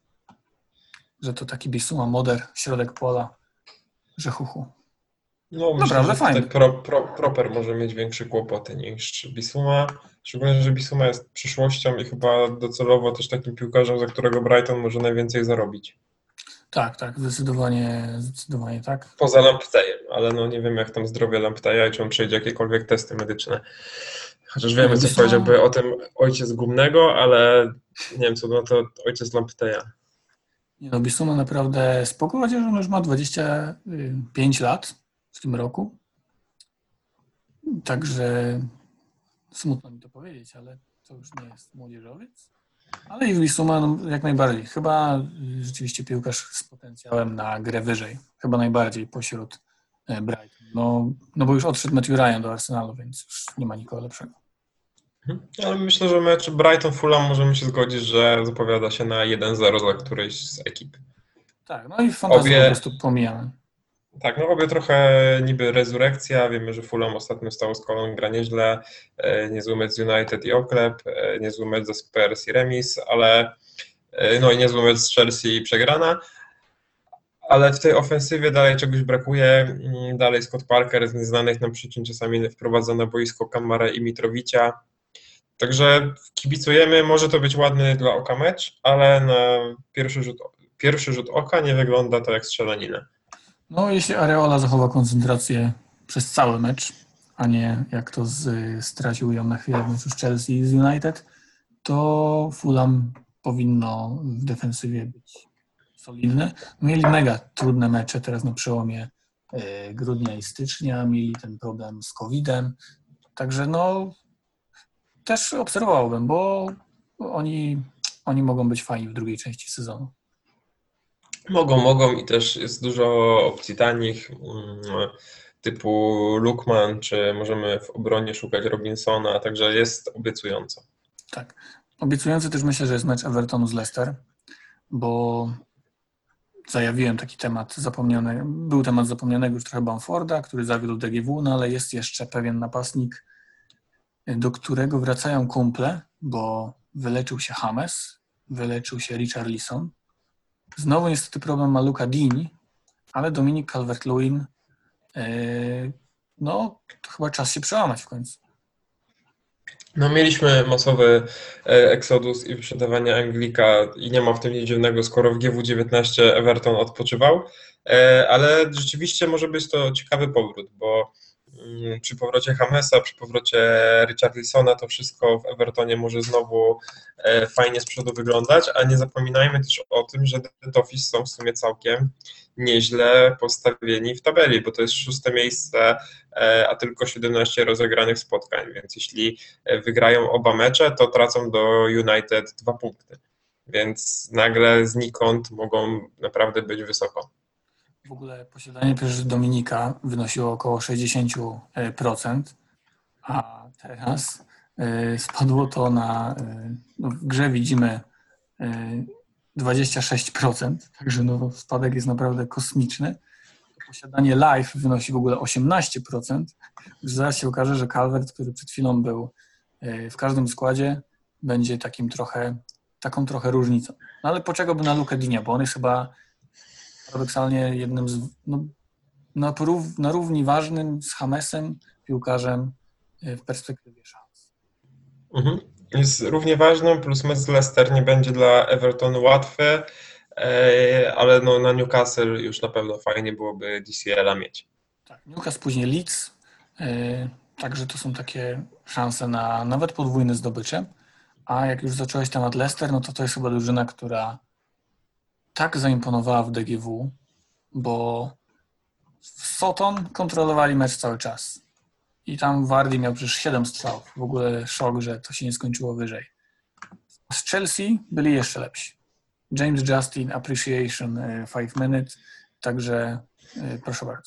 Że to taki Bissouma, Moder, środek pola, że huhu. No myślę, że fajnie. Proper może mieć większe kłopoty niż Bissouma, szczególnie, że Bissouma jest przyszłością i chyba docelowo też takim piłkarzem, za którego Brighton może najwięcej zarobić. Tak, zdecydowanie tak. Poza Lampteyem, ale no nie wiem jak tam zdrowie Lampteja i czy on przejdzie jakiekolwiek testy medyczne. Chociaż wiemy, co powiedziałby o tym ojciec Gumnego, ale nie wiem, co na to ojciec Lampteja. Nie no, Bissouma naprawdę spoko, chociaż on już ma 25 lat w tym roku. Także smutno mi to powiedzieć, ale to już nie jest młodzieżowiec. Ale i Bissouma no, jak najbardziej. Chyba rzeczywiście piłkarz z potencjałem na grę wyżej. Chyba najbardziej pośród Brighton. No bo już odszedł Matthew Ryan do Arsenalu, więc już nie ma nikogo lepszego. Ale myślę, że mecz Brighton-Fulham możemy się zgodzić, że zapowiada się na 1-0 dla którejś z ekip. Tak, no i fantazję po prostu pomijamy. Tak, no obie trochę niby rezurekcja. Wiemy, że Fulham ostatnio stało z kolą, gra nieźle. Niezły mecz z United i oklep, niezły mecz ze Spurs i remis, ale no i niezły mecz z Chelsea i przegrana. Ale w tej ofensywie dalej czegoś brakuje. Dalej Scott Parker z nieznanych nam przyczyn czasami wprowadza na boisko Kamarę i Mitrovicia. Także kibicujemy, może to być ładny dla oka mecz, ale na pierwszy rzut oka nie wygląda to jak strzelanina. No, jeśli Areola zachowa koncentrację przez cały mecz, a nie jak to stracił ją na chwilę w meczu z Chelsea i z United, to Fulham powinno w defensywie być solidne. Mieli mega trudne mecze teraz na przełomie grudnia i stycznia, mieli ten problem z COVID-em, także no też obserwowałbym, bo oni mogą być fajni w drugiej części sezonu. Mogą i też jest dużo opcji tanich, typu Lukman, czy możemy w obronie szukać Robinsona, także jest obiecująco. Tak. Obiecujący też myślę, że jest mecz Evertonu z Leicester, bo zajawiłem taki temat zapomniany, był temat zapomnianego już trochę Bamforda, który zawiódł DGW, no ale jest jeszcze pewien napastnik, do którego wracają kumple, bo wyleczył się James, wyleczył się Richarlison. Znowu niestety problem ma Luka Digne, ale Dominik Calvert-Lewin, no to chyba czas się przełamać w końcu. No mieliśmy masowy eksodus i wyprzedawanie Anglika i nie ma w tym nic dziwnego, skoro w GW19 Everton odpoczywał, ale rzeczywiście może być to ciekawy powrót, bo przy powrocie Jamesa, przy powrocie Richarlisona to wszystko w Evertonie może znowu fajnie z przodu wyglądać, a nie zapominajmy też o tym, że The Office są w sumie całkiem nieźle postawieni w tabeli, bo to jest 6. miejsce, a tylko 17 rozegranych spotkań, więc jeśli wygrają oba mecze, to tracą do United 2 punkty, więc nagle znikąd mogą naprawdę być wysoko. W ogóle posiadanie przecież Dominika wynosiło około 60%, a teraz spadło to na, no w grze widzimy 26%, także no spadek jest naprawdę kosmiczny. Posiadanie live wynosi w ogóle 18%. Zaraz się okaże, że Calvert, który przed chwilą był w każdym składzie, będzie taką trochę różnicą. No ale poczekałbym na Lukę Dinia, bo on jest chyba paradoksalnie jednym z, no, na równi ważnym z Jamesem piłkarzem w perspektywie szans. Mhm. Jest równie ważną, plus mecz z Leicester nie będzie dla Evertonu łatwy, ale no, na Newcastle już na pewno fajnie byłoby DCL-a mieć. Tak, Newcastle, później Leeds, także to są takie szanse na nawet podwójne zdobycze. A jak już zacząłeś temat Leicester, no to jest chyba drużyna, która tak zaimponowała w DGW, bo w Soton kontrolowali mecz cały czas. I tam Vardy miał przecież 7 strzałów. W ogóle szok, że to się nie skończyło wyżej. Z Chelsea byli jeszcze lepsi. James Justin, Appreciation 5 minutes, także proszę bardzo.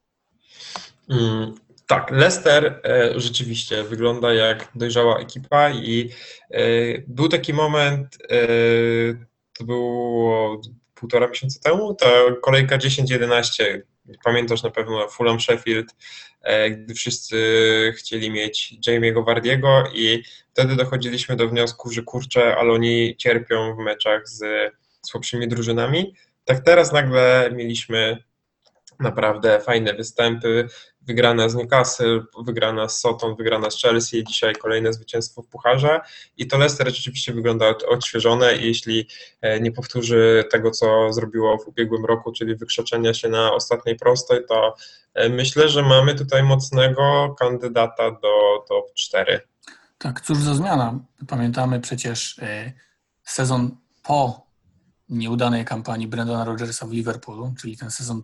Tak, Leicester rzeczywiście wygląda jak dojrzała ekipa i był taki moment, to było 1,5 miesiąca temu, ta kolejka 10-11, pamiętasz na pewno Fulham Sheffield, gdy wszyscy chcieli mieć Jamie'ego Vardiego i wtedy dochodziliśmy do wniosku, że kurczę, ale oni cierpią w meczach z słabszymi drużynami. Tak teraz nagle mieliśmy naprawdę fajne występy, wygrana z Newcastle, wygrana z Soton, wygrana z Chelsea, dzisiaj kolejne zwycięstwo w Pucharze i to Leicester rzeczywiście wygląda odświeżone i jeśli nie powtórzy tego, co zrobiło w ubiegłym roku, czyli wykrzaczenia się na ostatniej prostej, to myślę, że mamy tutaj mocnego kandydata do top 4. Tak, cóż za zmiana. Pamiętamy przecież sezon po nieudanej kampanii Brendana Rodgersa w Liverpoolu, czyli ten sezon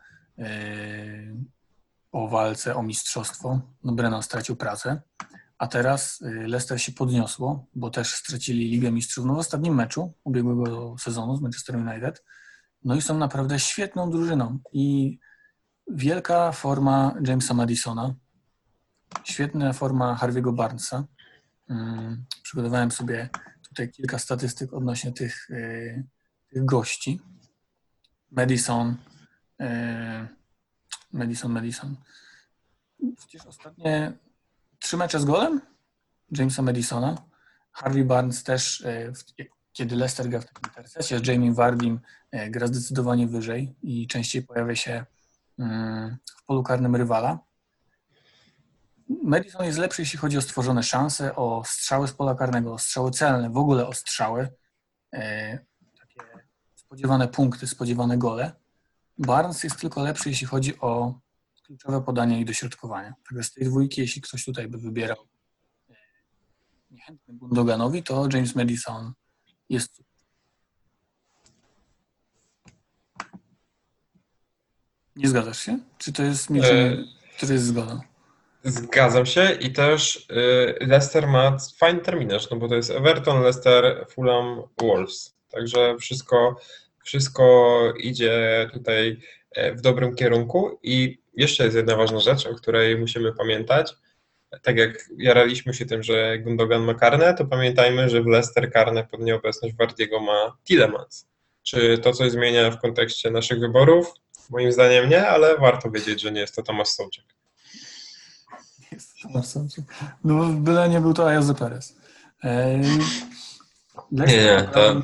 po walce o mistrzostwo. No Brennan stracił pracę, a teraz Leicester się podniosło, bo też stracili Ligę Mistrzów no w ostatnim meczu ubiegłego sezonu z Manchester United. No i są naprawdę świetną drużyną i wielka forma Jamesa Madisona, świetna forma Harvey'ego Barnesa. Przygotowałem sobie tutaj kilka statystyk odnośnie tych gości. Madison Madison. Przecież ostatnie 3 mecze z golem Jamesa Madisona. Harvey Barnes też, kiedy Leicester gra w takim tercecie z Jamie Vardym, gra zdecydowanie wyżej i częściej pojawia się w polu karnym rywala. Madison jest lepszy, jeśli chodzi o stworzone szanse, o strzały z pola karnego, o strzały celne, w ogóle o strzały. Takie spodziewane punkty, spodziewane gole. Barnes jest tylko lepszy, jeśli chodzi o kluczowe podania i dośrodkowania. Także z tej dwójki, jeśli ktoś tutaj by wybierał niechętny Gundoganowi, to James Madison jest. Nie zgadzasz się? Czy to jest milczenie, które jest zgodą? Zgadzam się i też Leicester ma fajny terminarz, no bo to jest Everton, Leicester, Fulham, Wolves. Także wszystko idzie tutaj w dobrym kierunku i jeszcze jest jedna ważna rzecz, o której musimy pamiętać. Tak jak jaraliśmy się tym, że Gundogan ma karne, to pamiętajmy, że w Leicester karne pod nieobecność Wardiego ma Tielemans. Czy to coś zmienia w kontekście naszych wyborów? Moim zdaniem nie, ale warto wiedzieć, że nie jest to Tomasz Souček. No byle nie był to Ayoze Perez. Nie, to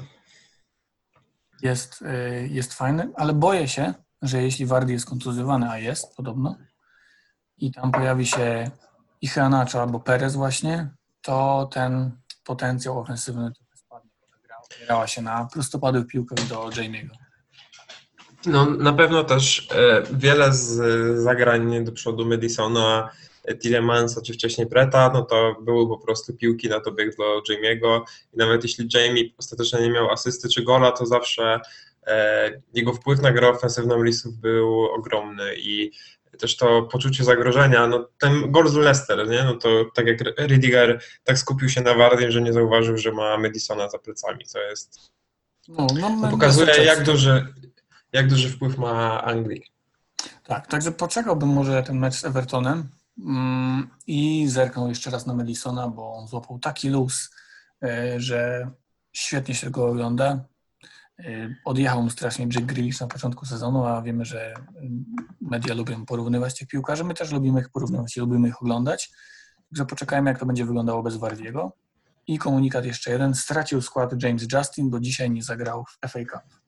jest fajny, ale boję się, że jeśli Wardy jest kontuzjowany, a jest podobno, i tam pojawi się i Heanacho albo Perez właśnie, to ten potencjał ofensywny trochę spadnie. Gra opierała się na prostopadłych piłkach do Jamie'ego. No, na pewno też wiele z zagrań do przodu Madisona, Tielemans czy wcześniej Preta, no to były po prostu piłki na dobieg do Jamie'ego i nawet jeśli Jamie ostatecznie nie miał asysty czy gola, to zawsze jego wpływ na grę ofensywną Leedsów był ogromny i też to poczucie zagrożenia, no ten gol z Leicester, nie? No to tak jak Rudiger tak skupił się na Wardym, że nie zauważył, że ma Madisona za plecami, co jest to pokazuje jak duży wpływ ma Anglik. Tak, także poczekałbym może ten mecz z Evertonem i zerknął jeszcze raz na Madisona, bo on złapał taki luz, że świetnie się go ogląda. Odjechał mu strasznie Jack Grealish na początku sezonu, a wiemy, że media lubią porównywać tych piłkarzy. My też lubimy ich porównywać i lubimy ich oglądać. Także poczekajmy, jak to będzie wyglądało bez Wardiego. I komunikat jeszcze jeden. Stracił skład James Justin, bo dzisiaj nie zagrał w FA Cup.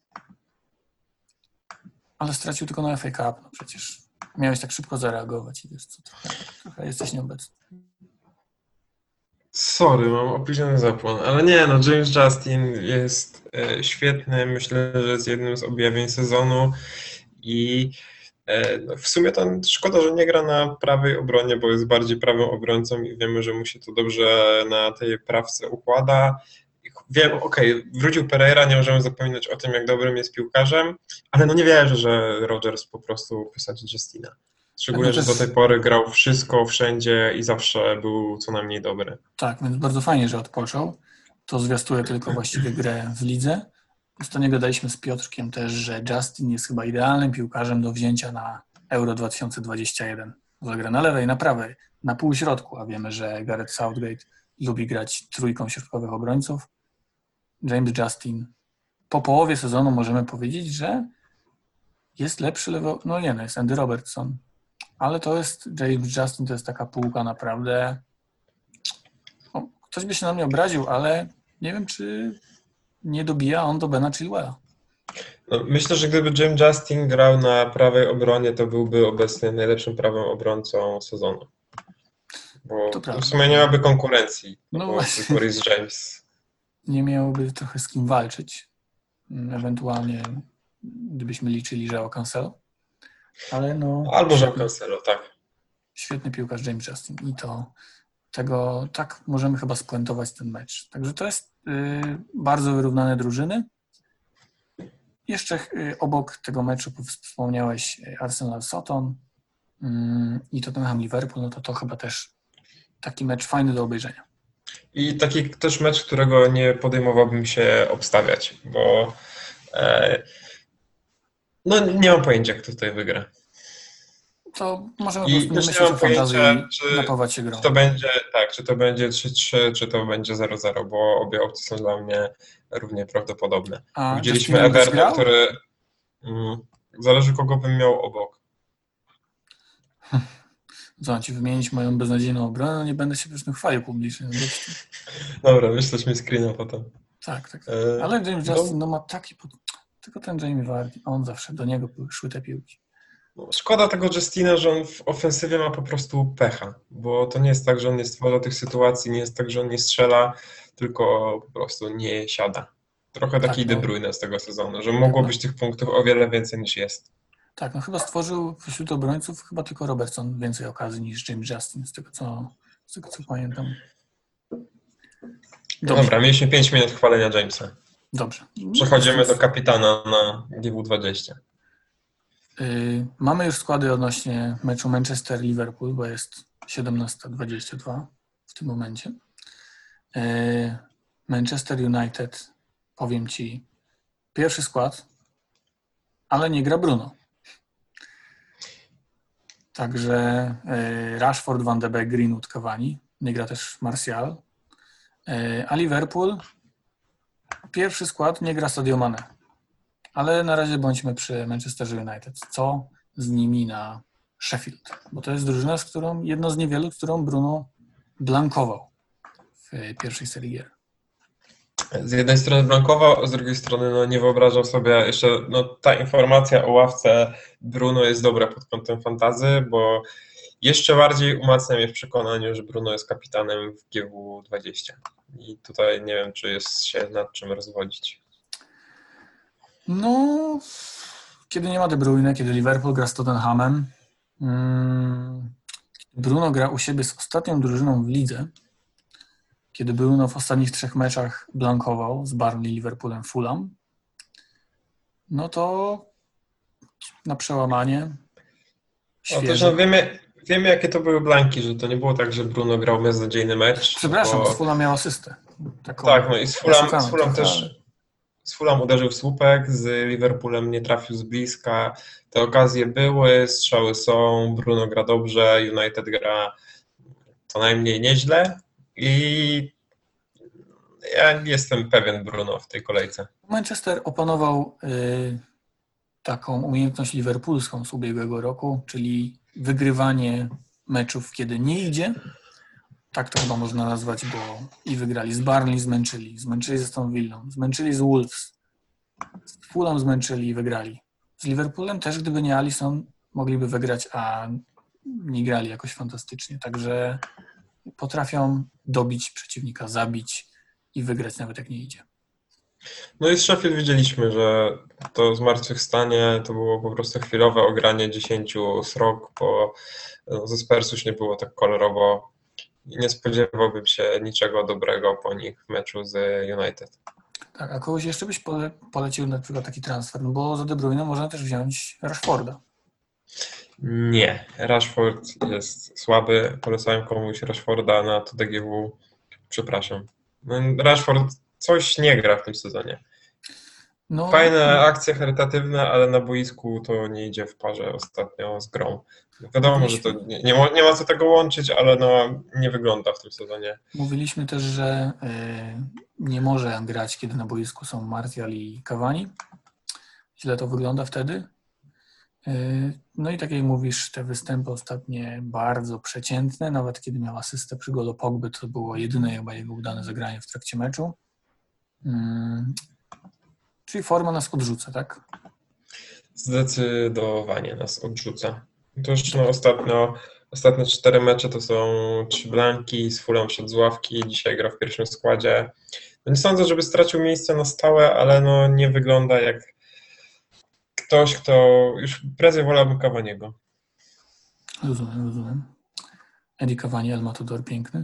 Ale stracił tylko na FA Cup. No przecież miałeś tak szybko zareagować i wiesz co, trochę jesteś nieobecny. Sorry, mam opóźniony zapłon, ale nie, no James Justin jest świetny, myślę, że jest jednym z objawień sezonu i no, w sumie to szkoda, że nie gra na prawej obronie, bo jest bardziej prawym obrońcą i wiemy, że mu się to dobrze na tej prawce układa. Wiem, wrócił Pereira, nie możemy zapominać o tym, jak dobrym jest piłkarzem, ale no nie wierzę, że Rodgers po prostu wysadzi Justina. Szczególnie, że do tej pory grał wszystko, wszędzie i zawsze był co najmniej dobry. Tak, więc bardzo fajnie, że odpoczął. To zwiastuje tylko właściwie grę w lidze. Z nie gadaliśmy z Piotrkiem też, że Justin jest chyba idealnym piłkarzem do wzięcia na Euro 2021. Zagra na lewej, na prawej, na półśrodku, a wiemy, że Gareth Southgate lubi grać trójką środkowych obrońców. James Justin po połowie sezonu możemy powiedzieć, że jest lepszy jest Andy Robertson, ale to jest James Justin, to jest taka półka naprawdę. Ktoś by się na mnie obraził, ale nie wiem, czy nie dobija on do Bena Chilwella. No, myślę, że gdyby James Justin grał na prawej obronie, to byłby obecnie najlepszym prawym obrońcą sezonu. Bo w sumie nie miałby konkurencji. No właśnie. Boris James. Nie miałby trochę z kim walczyć. Ewentualnie gdybyśmy liczyli, że o Cancelo. Ale no. Albo że o Cancelo, tak. Świetny piłkarz James Justin i tego tak możemy chyba spuentować ten mecz. Także to jest bardzo wyrównane drużyny. Jeszcze obok tego meczu wspomniałeś Arsenal-Soton i Tottenham-Liverpool, no to chyba też taki mecz fajny do obejrzenia. I taki też mecz, którego nie podejmowałbym się obstawiać, bo no nie mam pojęcia, kto tutaj wygra. To możemy po prostu myśleć o fantazji i napawać się grą. Czy to będzie 3-3, czy to będzie 0-0, bo obie opcje są dla mnie równie prawdopodobne. Widzieliśmy Everton, który zależy kogo bym miał obok. Co mam ci wymienić moją beznadziejną obronę? No nie będę się przecież tym chwalił publicznie. No, Dobra, wyślesz mi screena potem. tak, tak. E, Ale James no, Justin no ma taki... Tylko ten Jamie Vardy, on zawsze do niego szły te piłki. szkoda tego Justina, że on w ofensywie ma po prostu pecha, bo to nie jest tak, że on nie stwarza tych sytuacji, nie jest tak, że on nie strzela, tylko po prostu nie siada. Trochę taki Tak, De no, Bruyne z tego sezonu, że mogło no, być tych punktów o wiele więcej niż jest. tak, no chyba stworzył wśród obrońców chyba tylko Robertson więcej okazji niż James Justin, z tego co pamiętam. Dobrze, Dobra, mieliśmy 5 minut chwalenia Jamesa. dobrze. Przechodzimy do kapitana na GW20. Mamy już składy odnośnie meczu Manchester-Liverpool, bo jest 17:22 w tym momencie. Manchester United, powiem Ci, pierwszy skład, ale nie gra Bruno. Także Rashford, Van de Beek, Greenwood, Cavani, nie gra też Martial. A Liverpool, pierwszy skład, nie gra Sadio Mane. Ale na razie bądźmy przy Manchesterze United. Co z nimi na Sheffield? Bo to jest drużyna, jedno z niewielu, którą Bruno blankował w pierwszej serii gier. Z jednej strony blankował, a z drugiej strony no, nie wyobrażam sobie jeszcze, no, ta informacja o ławce Bruno jest dobra pod kątem fantazy, bo jeszcze bardziej umacnia mnie w przekonaniu, że Bruno jest kapitanem w GW20. I tutaj nie wiem, czy jest się nad czym rozwodzić. No, kiedy nie ma De Bruyne, kiedy Liverpool gra z Tottenhamem, Bruno gra u siebie z ostatnią drużyną w lidze, kiedy Bruno w ostatnich 3 meczach blankował z Burnley, Liverpoolem, Fulham, no to na przełamanie No też świeże. no, wiemy, jakie to były blanki, że to nie było tak, że Bruno grał beznadziejny mecz. Przepraszam, bo... z Fulham miał asystę. Taką Tak, no i z oszukaną Fulham trochę, też. ale... Z Fulham uderzył w słupek, z Liverpoolem nie trafił z bliska. Te okazje były, strzały są, Bruno gra dobrze, United gra co najmniej nieźle i ja nie jestem pewien Bruno w tej kolejce. Manchester opanował taką umiejętność liverpoolską z ubiegłego roku, czyli wygrywanie meczów, kiedy nie idzie. Tak to chyba można nazwać, bo i wygrali z Burnley, zmęczyli z Aston Villą, zmęczyli z Wolves, z Fulham zmęczyli i wygrali. Z Liverpoolem też, gdyby nie Alisson, mogliby wygrać, a nie grali jakoś fantastycznie. Także potrafią dobić przeciwnika, zabić i wygrać nawet jak nie idzie. No i z Sheffield widzieliśmy, że to zmartwychwstanie to było po prostu chwilowe ogranie 10 srok, bo ze Spurs już nie było tak kolorowo i nie spodziewałbym się niczego dobrego po nich w meczu z United. Tak, a kogoś jeszcze byś polecił na przykład taki transfer, no bo za De Bruyne można też wziąć Rashforda. Nie, Rashford jest słaby. Polecałem komuś Rashforda na to DGW. Przepraszam. No, Rashford coś nie gra w tym sezonie. No, Fajne akcje charytatywne, ale na boisku to nie idzie w parze ostatnio z grą. Wiadomo, że to nie ma co tego łączyć, ale no, nie wygląda w tym sezonie. mówiliśmy też, że nie może grać, kiedy na boisku są Martial i Cavani. Źle to wygląda wtedy. No i tak jak mówisz, te występy ostatnie bardzo przeciętne, nawet kiedy miał asystę przy golu Pogby, to było jedyne chyba jego udane zagranie w trakcie meczu. Czyli forma nas odrzuca, tak? Zdecydowanie nas odrzuca. To już no, ostatnie 4 mecze to są 3 blanki, z Fulham wszedł z ławki, dzisiaj gra w pierwszym składzie. No nie sądzę, żeby stracił miejsce na stałe, ale no nie wygląda jak ktoś, kto już prędzej wolałbym Cavaniego. Rozumiem. Eddie Cavani, El Matador, piękny.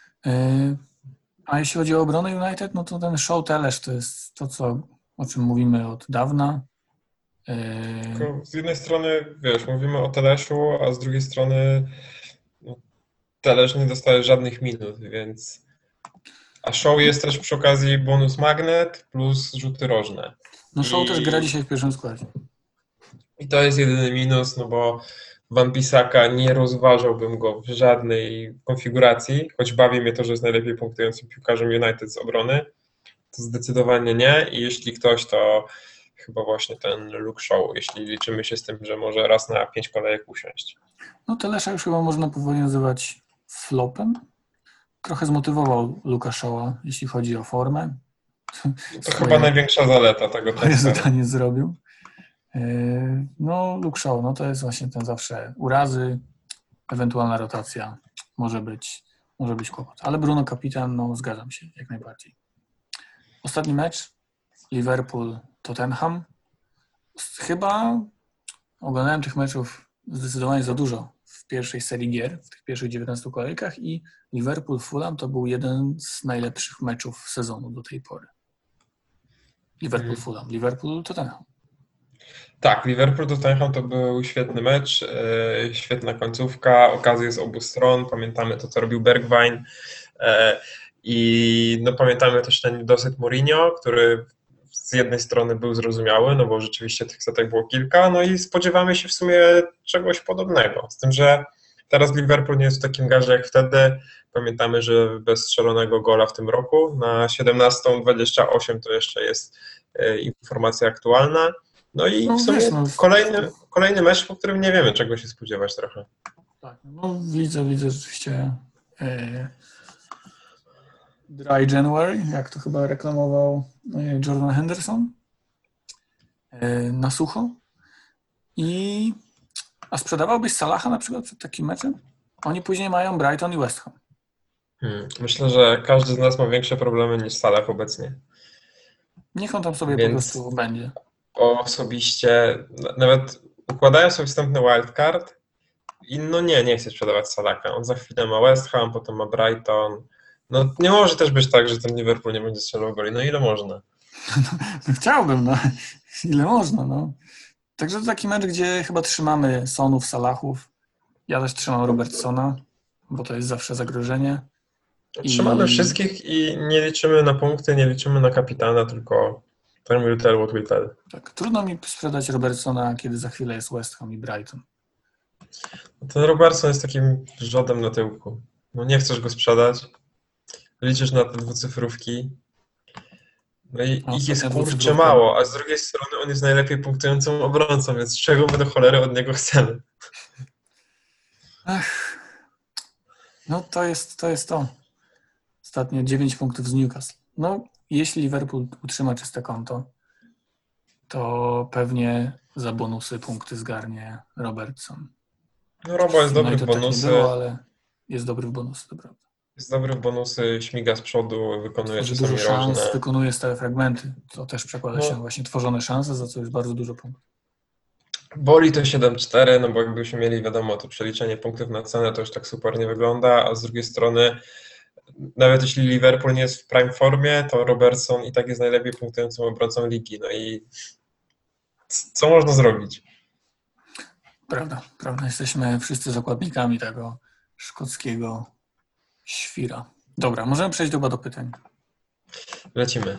A jeśli chodzi o obronę United, no to ten show Telesz to jest to, o czym mówimy od dawna. Tylko z jednej strony, wiesz, mówimy o Teleszu, a z drugiej strony no, Telesz nie dostaje żadnych minut, więc... A show jest też przy okazji bonus magnet plus rzuty rożne. No show też gra dzisiaj w pierwszym składzie. I to jest jedyny minus, no bo Wan-Bissaka nie rozważałbym go w żadnej konfiguracji, choć bawi mnie to, że jest najlepiej punktującym piłkarzem United z obrony. To zdecydowanie nie i jeśli ktoś, to chyba właśnie ten Luke Shaw, jeśli liczymy się z tym, że może raz na 5 kolejek usiąść. No Telesza już chyba można powoli nazywać flopem. Trochę zmotywował Luka Shawa, jeśli chodzi o formę. To chyba największa zaleta tego Swoje transferu. zadanie zrobił. No Luke Shaw, no to jest właśnie ten zawsze urazy, ewentualna rotacja. Może być kłopot. Ale Bruno kapitan, no zgadzam się, jak najbardziej. Ostatni mecz, Liverpool-Tottenham. Chyba oglądałem tych meczów zdecydowanie za dużo w pierwszej serii gier, w tych pierwszych 19 kolejkach i Liverpool-Fulham to był jeden z najlepszych meczów sezonu do tej pory. Liverpool-Fulham, Liverpool-Tottenham. Tak, Liverpool-Tottenham to był świetny mecz, świetna końcówka, okazje z obu stron. Pamiętamy to, co robił Bergwijn. I no, pamiętamy też ten niedosyt Mourinho, który z jednej strony był zrozumiały, no bo rzeczywiście tych setek było kilka, no i spodziewamy się w sumie czegoś podobnego. Z tym, że teraz Liverpool nie jest w takim garze jak wtedy. Pamiętamy, że bez strzelonego gola w tym roku na 17:28 to jeszcze jest informacja aktualna. No i w sumie kolejny mecz, po którym nie wiemy, czego się spodziewać trochę. Tak, no widzę rzeczywiście Dry January, jak to chyba reklamował Jordan Henderson, na sucho. A sprzedawałbyś Salaha na przykład przed takim meczem? Oni później mają Brighton i West Ham. Myślę, że każdy z nas ma większe problemy niż Salah obecnie. Niech on tam sobie po prostu będzie. Osobiście, nawet układając sobie wstępny wildcard, i no nie chcę sprzedawać Salaha. On za chwilę ma West Ham, potem ma Brighton. No nie może też być tak, że ten Liverpool nie będzie strzelał goli. No ile można? No, chciałbym, no. Ile można, no. Także to taki mecz, gdzie chyba trzymamy Sonów, Salahów. Ja też trzymam Robertsona, bo to jest zawsze zagrożenie. Trzymamy wszystkich i nie liczymy na punkty, nie liczymy na kapitana, tylko time will tell what will tell. Tak, trudno mi sprzedać Robertsona, kiedy za chwilę jest West Ham i Brighton. Ten Robertson jest takim rzodem na tyłku. No nie chcesz go sprzedać, liczysz na te dwucyfrówki, no i ich jest kurczę mało, a z drugiej strony on jest najlepiej punktującym obrońcą, więc czego my do cholery od niego chcemy? Ach, no to jest to. Ostatnio 9 punktów z Newcastle. No, jeśli Liverpool utrzyma czyste konto, to pewnie za bonusy punkty zgarnie Robertson. No Robo jest dobry w bonusy. Tak nie było, ale jest dobry w bonusy, to prawda. Jest dobry w bonusy, śmiga z przodu, wykonuje czasami dużo szans, różne. wykonuje stałe fragmenty. To też przekłada się na właśnie tworzone szanse, za co jest bardzo dużo punktów. Boli to 7-4, no bo jakbyśmy mieli, wiadomo, to przeliczenie punktów na cenę, to już tak super nie wygląda, a z drugiej strony nawet jeśli Liverpool nie jest w prime formie, to Robertson i tak jest najlepiej punktującym obrońcą ligi. No i co można zrobić? Prawda. Jesteśmy wszyscy zakładnikami tego szkockiego świra. Dobra, możemy przejść chyba do pytań. Lecimy.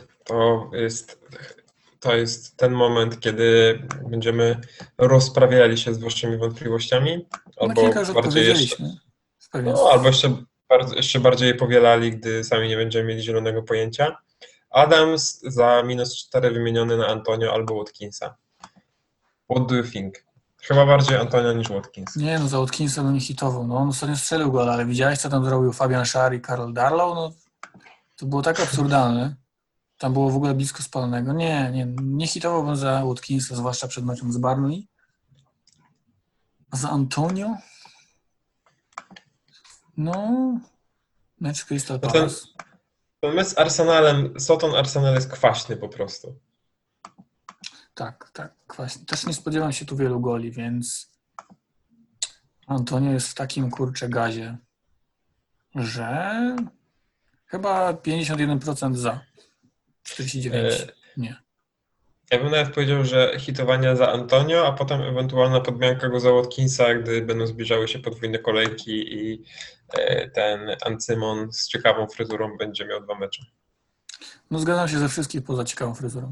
To jest ten moment, kiedy będziemy rozprawiali się z waszymi wątpliwościami. Albo kilka już odpowiedzieliśmy. Albo jeszcze bardziej je powielali, gdy sami nie będziemy mieli zielonego pojęcia. Adams za -4 wymieniony na Antonio albo Watkinsa. What do you think? Chyba bardziej Antonio niż Watkins. Nie, no za Watkinsa bym nie hitował. No on ostatnio strzelił gola, ale widziałeś, co tam zrobił Fabian Schär i Karl Darlow? No to było tak absurdalne. Tam było w ogóle blisko spalonego. Nie hitowałbym za Watkinsa, zwłaszcza przed meczem z Burnley. A za Antonio? No, mecz Crystal Palace. Ten mecz z Arsenalem, Soton Arsenal jest kwaśny po prostu. Tak, kwaśny. Też nie spodziewam się tu wielu goli, więc Antonio jest w takim gazie, że chyba 51% za, 49% nie. Ja bym nawet powiedział, że hitowanie za Antonio, a potem ewentualna podmianka go za Watkinsa, gdy będą zbliżały się podwójne kolejki i ten Ancymon z ciekawą fryzurą będzie miał 2 mecze. No zgadzam się ze wszystkich poza ciekawą fryzurą.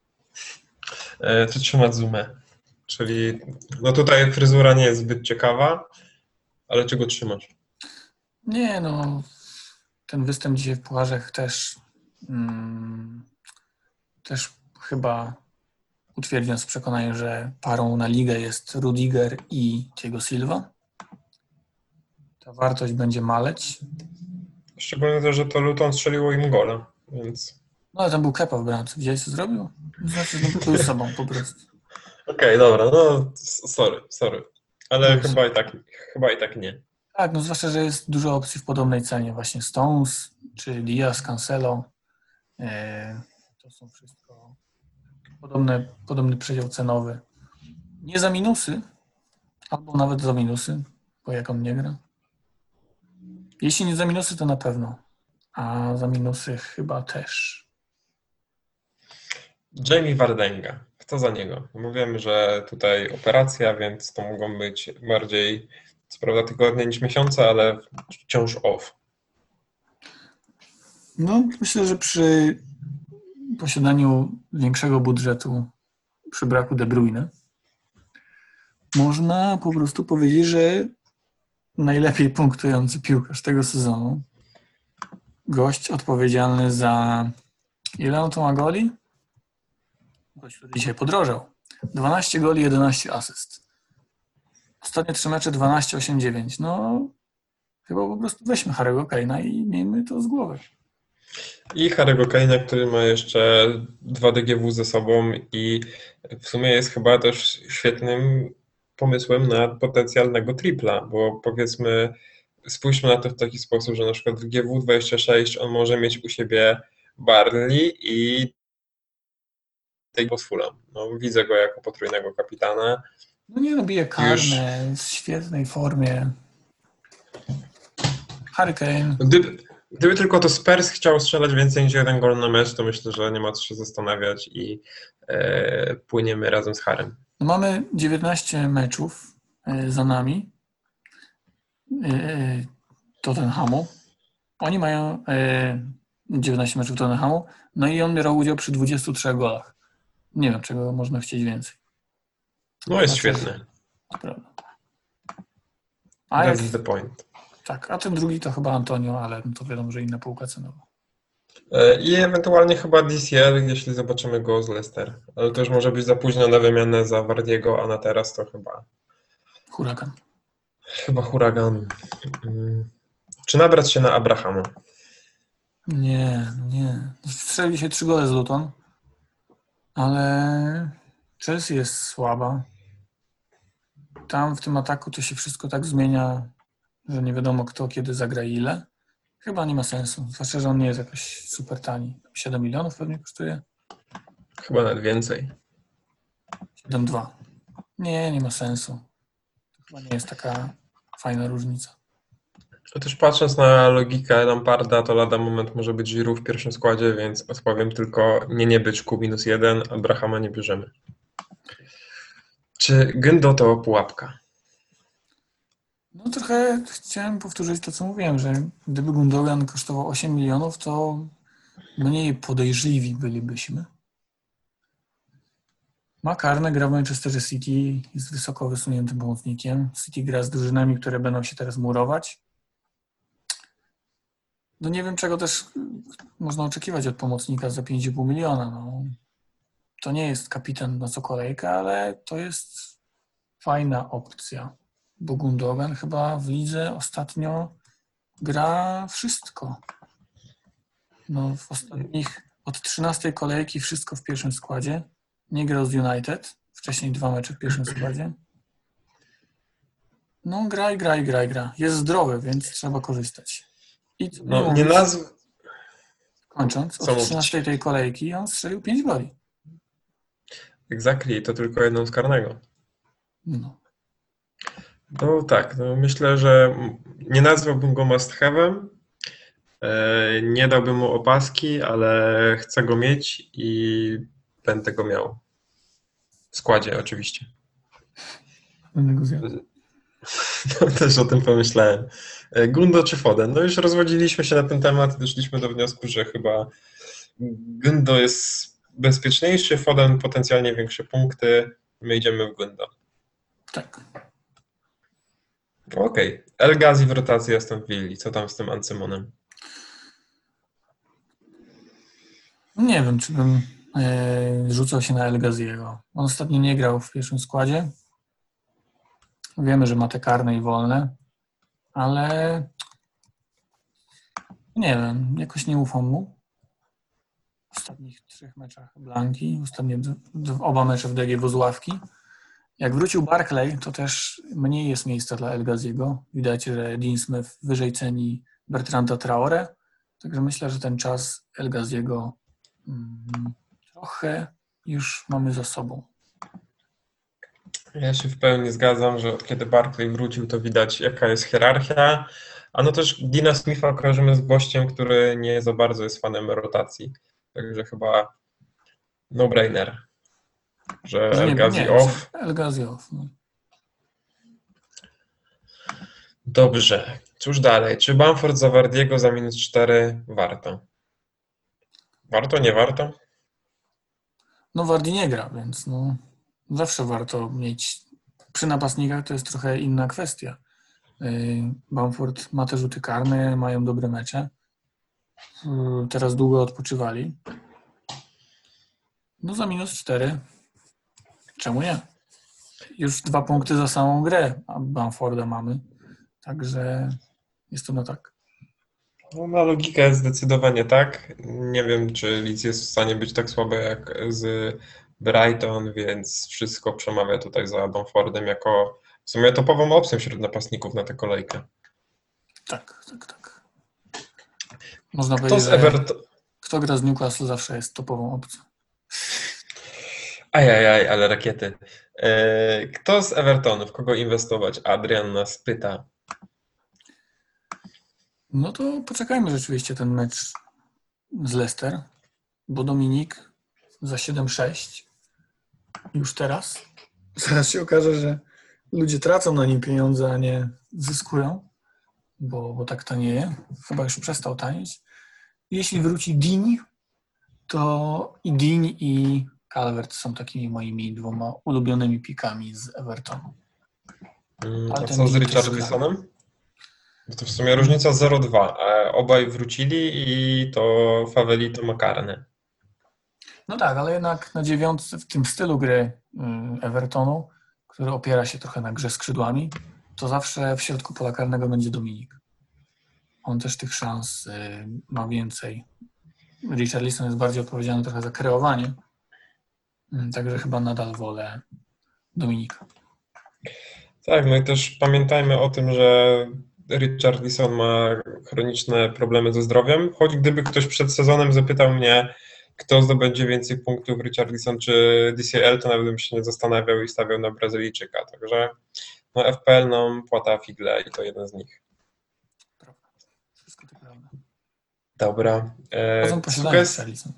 To trzymać zoomę. Czyli no tutaj fryzura nie jest zbyt ciekawa, ale czego trzymasz? Nie, no ten występ dzisiaj w Pucharzach też chyba utwierdzi nas w przekonaniu, że parą na ligę jest Rudiger i Thiago Silva. Ta wartość będzie maleć. Szczególnie to, że to Luton strzeliło im gola, więc... No ale tam był Kepa w bramce. Widziałeś, co zrobił? Znaczy, no, był sobą po prostu. Okej, dobra, no sorry. Ale Był chyba i tak nie. Tak, no zwłaszcza, że jest dużo opcji w podobnej cenie. Właśnie Stones, czy Diaz, Cancelo. To są wszystko podobny przedział cenowy. Nie za minusy, albo nawet za minusy, bo jak on nie gra. Jeśli nie za minusy, to na pewno. A za minusy chyba też. Jamie Wardenga. Kto za niego? Mówimy, że tutaj operacja, więc to mogą być bardziej, co prawda, tygodnie niż miesiące, ale wciąż off. No, myślę, że przy posiadaniu większego budżetu, przy braku De Bruyne, można po prostu powiedzieć, że najlepiej punktujący piłkarz tego sezonu, gość odpowiedzialny za ile on to ma goli? Gość, który dzisiaj podrożał. 12 goli, 11 asyst. Ostatnie 3 mecze 12, 8, 9. No, chyba po prostu weźmy Harry'ego Kane'a i miejmy to z głowy. I Harry'ego Kane'a, który ma jeszcze 2 DGW ze sobą i w sumie jest chyba też świetnym pomysłem na potencjalnego tripla, bo powiedzmy, spójrzmy na to w taki sposób, że na przykład w GW26 on może mieć u siebie Barley i tego z Fulham. No, widzę go jako potrójnego kapitana. No nie, no bije karne, jest w świetnej formie. Harry Kane. Gdyby tylko to Spurs chciał strzelać więcej niż jeden gol na mecz, to myślę, że nie ma co się zastanawiać i płyniemy razem z Harrym. No mamy 19 meczów za nami Tottenhamu. Oni mają 19 meczów Tottenhamu, no i on brał udział przy 23 golach. Nie wiem, czego można chcieć więcej. No jest Znaczy, świetny. to prawda. That's the point. Tak, a ten drugi to chyba Antonio, ale to wiadomo, że inna półka cenowa. I ewentualnie chyba DCL, jeśli zobaczymy go z Leicester. Ale to już może być za późno na wymianę za Wardiego, a na teraz to Huragan. Chyba huragan. Czy nabrać się na Abrahama? Nie. Strzeli się 3 gole z Luton, ale Chelsea jest słaba. Tam w tym ataku to się wszystko tak zmienia, że nie wiadomo kto kiedy zagra i ile. Chyba nie ma sensu, zwłaszcza, że on nie jest jakoś super tani. 7 milionów pewnie kosztuje. Chyba nawet więcej. 7,2. Nie ma sensu. To chyba nie jest taka fajna różnica. Otóż patrząc na logikę Lamparda, to lada moment może być Giroud w pierwszym składzie, więc odpowiem tylko nie byczku -1, Abrahama nie bierzemy. Czy Gündo to pułapka? No trochę chciałem powtórzyć to, co mówiłem, że gdyby Gundogan kosztował 8 milionów, to mniej podejrzliwi bylibyśmy. Ma karne, gra w Manchester City, jest wysoko wysuniętym pomocnikiem. City gra z drużynami, które będą się teraz murować. No nie wiem, czego też można oczekiwać od pomocnika za 5,5 miliona. No, to nie jest kapitan na co kolejkę, ale to jest fajna opcja. Bo Gundogan chyba w lidze ostatnio gra wszystko. No w ostatnich, od 13 kolejki wszystko w pierwszym składzie. Nie grał z United, wcześniej 2 mecze w pierwszym składzie. No gra. Jest zdrowy, więc trzeba korzystać. I No nie nazw... Kończąc, Co od mówić? 13 tej kolejki on strzelił 5 goli. Exactly, to tylko jedną z karnego. No. No tak, no myślę, że nie nazwałbym go must have'em, nie dałbym mu opaski, ale chcę go mieć i będę go miał. W składzie oczywiście. Będę go zjadł. No, też o tym pomyślałem. Gundo czy Foden? No już rozwodziliśmy się na ten temat i doszliśmy do wniosku, że chyba Gundo jest bezpieczniejszy, Foden potencjalnie większe punkty. My idziemy w Gundo. Tak. Okej. El Ghazi w rotacji Aston Villa. Co tam z tym Ancymonem? Nie wiem, czy bym rzucał się na El Ghaziego. On ostatnio nie grał w pierwszym składzie. Wiemy, że ma te karne i wolne, ale nie wiem, jakoś nie ufam mu. W ostatnich 3 meczach Blanki, ostatnie oba mecze w DGW z ławki. Jak wrócił Barclay, to też mniej jest miejsca dla El Ghaziego. Widać, że Dean Smith wyżej ceni Bertranda Traore. Także myślę, że ten czas El Ghaziego trochę już mamy za sobą. Ja się w pełni zgadzam, że od kiedy Barkley wrócił, to widać, jaka jest hierarchia. A no też Deana Smitha kojarzymy z gościem, który nie za bardzo jest fanem rotacji. Także chyba no-brainer, że Że El Ghazi nie, off. El Ghazi off. No. Dobrze. Cóż dalej? Czy Bamford za Wardiego za -4 warto? Warto, nie warto? No Wardy nie gra, więc no, zawsze warto mieć. Przy napastnikach to jest trochę inna kwestia. Bamford ma te rzuty karne, mają dobre mecze. Teraz długo odpoczywali. No za -4. Czemu nie? Już 2 punkty za samą grę a Bamforda mamy. Także jest to no tak. No, na logikę zdecydowanie tak. Nie wiem, czy Leeds jest w stanie być tak słabe jak z Brighton, więc wszystko przemawia tutaj za Bamfordem jako w sumie topową opcją wśród napastników na tę kolejkę. Tak. Można Kto powiedzieć, z że Everton... kto gra z Newcastle zawsze jest topową opcją. Ajajaj, ale rakiety. Kto z Evertonu, w kogo inwestować? Adrian nas pyta. No to poczekajmy rzeczywiście ten mecz z Leicester, bo Dominik za 7-6 już teraz. Zaraz się okaże, że ludzie tracą na nim pieniądze, a nie zyskują, bo tak tanieje. Chyba już przestał tanieć. Jeśli wróci Dean, to i Dean i Calvert są takimi moimi 2 ulubionymi pikami z Evertonu. A co z Dean też Richarlisonem? Bo to w sumie różnica 0,2, a obaj wrócili i to Favelito ma karne. No tak, ale jednak na 9 w tym stylu gry Evertonu, który opiera się trochę na grze skrzydłami, to zawsze w środku pola karnego będzie Dominik. On też tych szans ma więcej. Richarlison jest bardziej odpowiedzialny trochę za kreowanie, także chyba nadal wolę Dominika. Tak, no i też pamiętajmy o tym, że Richarlison ma chroniczne problemy ze zdrowiem, choć gdyby ktoś przed sezonem zapytał mnie, kto zdobędzie więcej punktów, Richarlison czy DCL, to nawet bym się nie zastanawiał i stawiał na Brazylijczyka, także no FPL nam płata figle i to jeden z nich. Prawda. Wszystko to prawda. Dobra. Richarlison.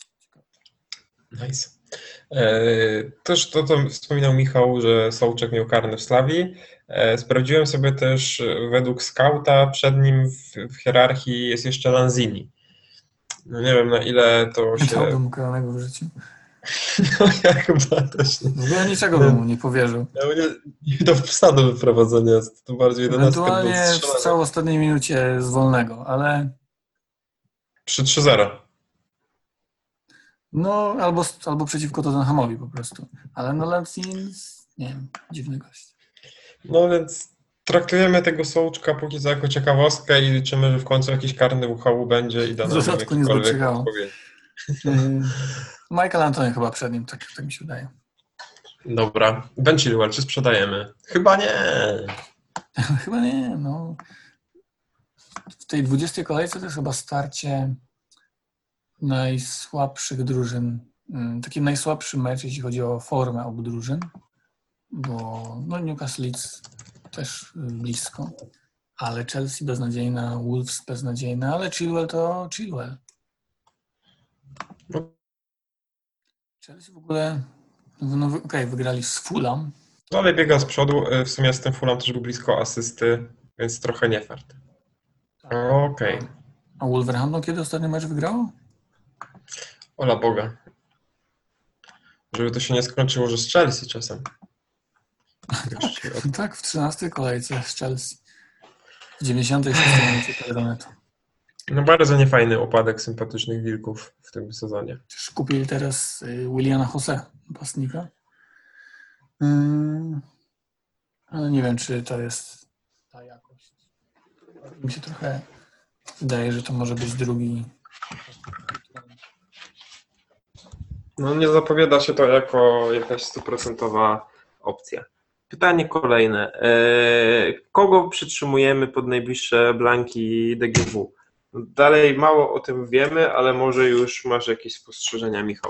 Nice. Też to wspominał Michał, że Souček miał karny w Slawii. Sprawdziłem sobie też według skauta, przed nim w hierarchii jest jeszcze Lanzini. No nie wiem, na ile to się... Dałbym mu karnego w życiu. No ja chyba też nie. W ogóle niczego bym mu nie powierzył. Nie do wsadu wyprowadzenia jest, to bardziej 11 Ewentualnie w całej ostatniej minucie z wolnego, ale przy 3-0. no albo przeciwko Tottenhamowi po prostu. Ale no Lanzini, nie wiem, dziwny gość. No więc traktujemy tego Součka póki co jako ciekawostkę i liczymy, że w końcu jakiś karny uchału będzie i da nam jakikolwiek odpowiedź. Michael Anthony chyba przed nim, tak mi się wydaje. Dobra. Ben Chilwell, czy sprzedajemy? Chyba nie. Chyba nie, no. W tej 20 kolejce to jest chyba starcie najsłabszych drużyn. Taki najsłabszy mecz, jeśli chodzi o formę obu drużyn, bo no Newcastle Leeds też blisko, ale Chelsea beznadziejna, Wolves beznadziejna, ale Chilwell to Chilwell. Chelsea w ogóle wygrali z Fulham. Ale biega z przodu, w sumie z tym Fulham też był blisko asysty, więc trochę nie fart. Okej. A Wolverhampton kiedy ostatni mecz wygrało? Ola Boga. Żeby to się nie skończyło, że z Chelsea czasem. Tak, w 13 kolejce z Chelsea. W 96 minucie Pedroneto. No bardzo niefajny upadek sympatycznych wilków w tym sezonie. Też kupili teraz Williana Jose, napastnika. Ale nie wiem, czy to jest ta jakość. Mi się trochę wydaje, że to może być drugi. No nie zapowiada się to jako jakaś 100% opcja. Pytanie kolejne. Kogo przytrzymujemy pod najbliższe blanki DGW? Dalej mało o tym wiemy, ale może już masz jakieś spostrzeżenia, Michał.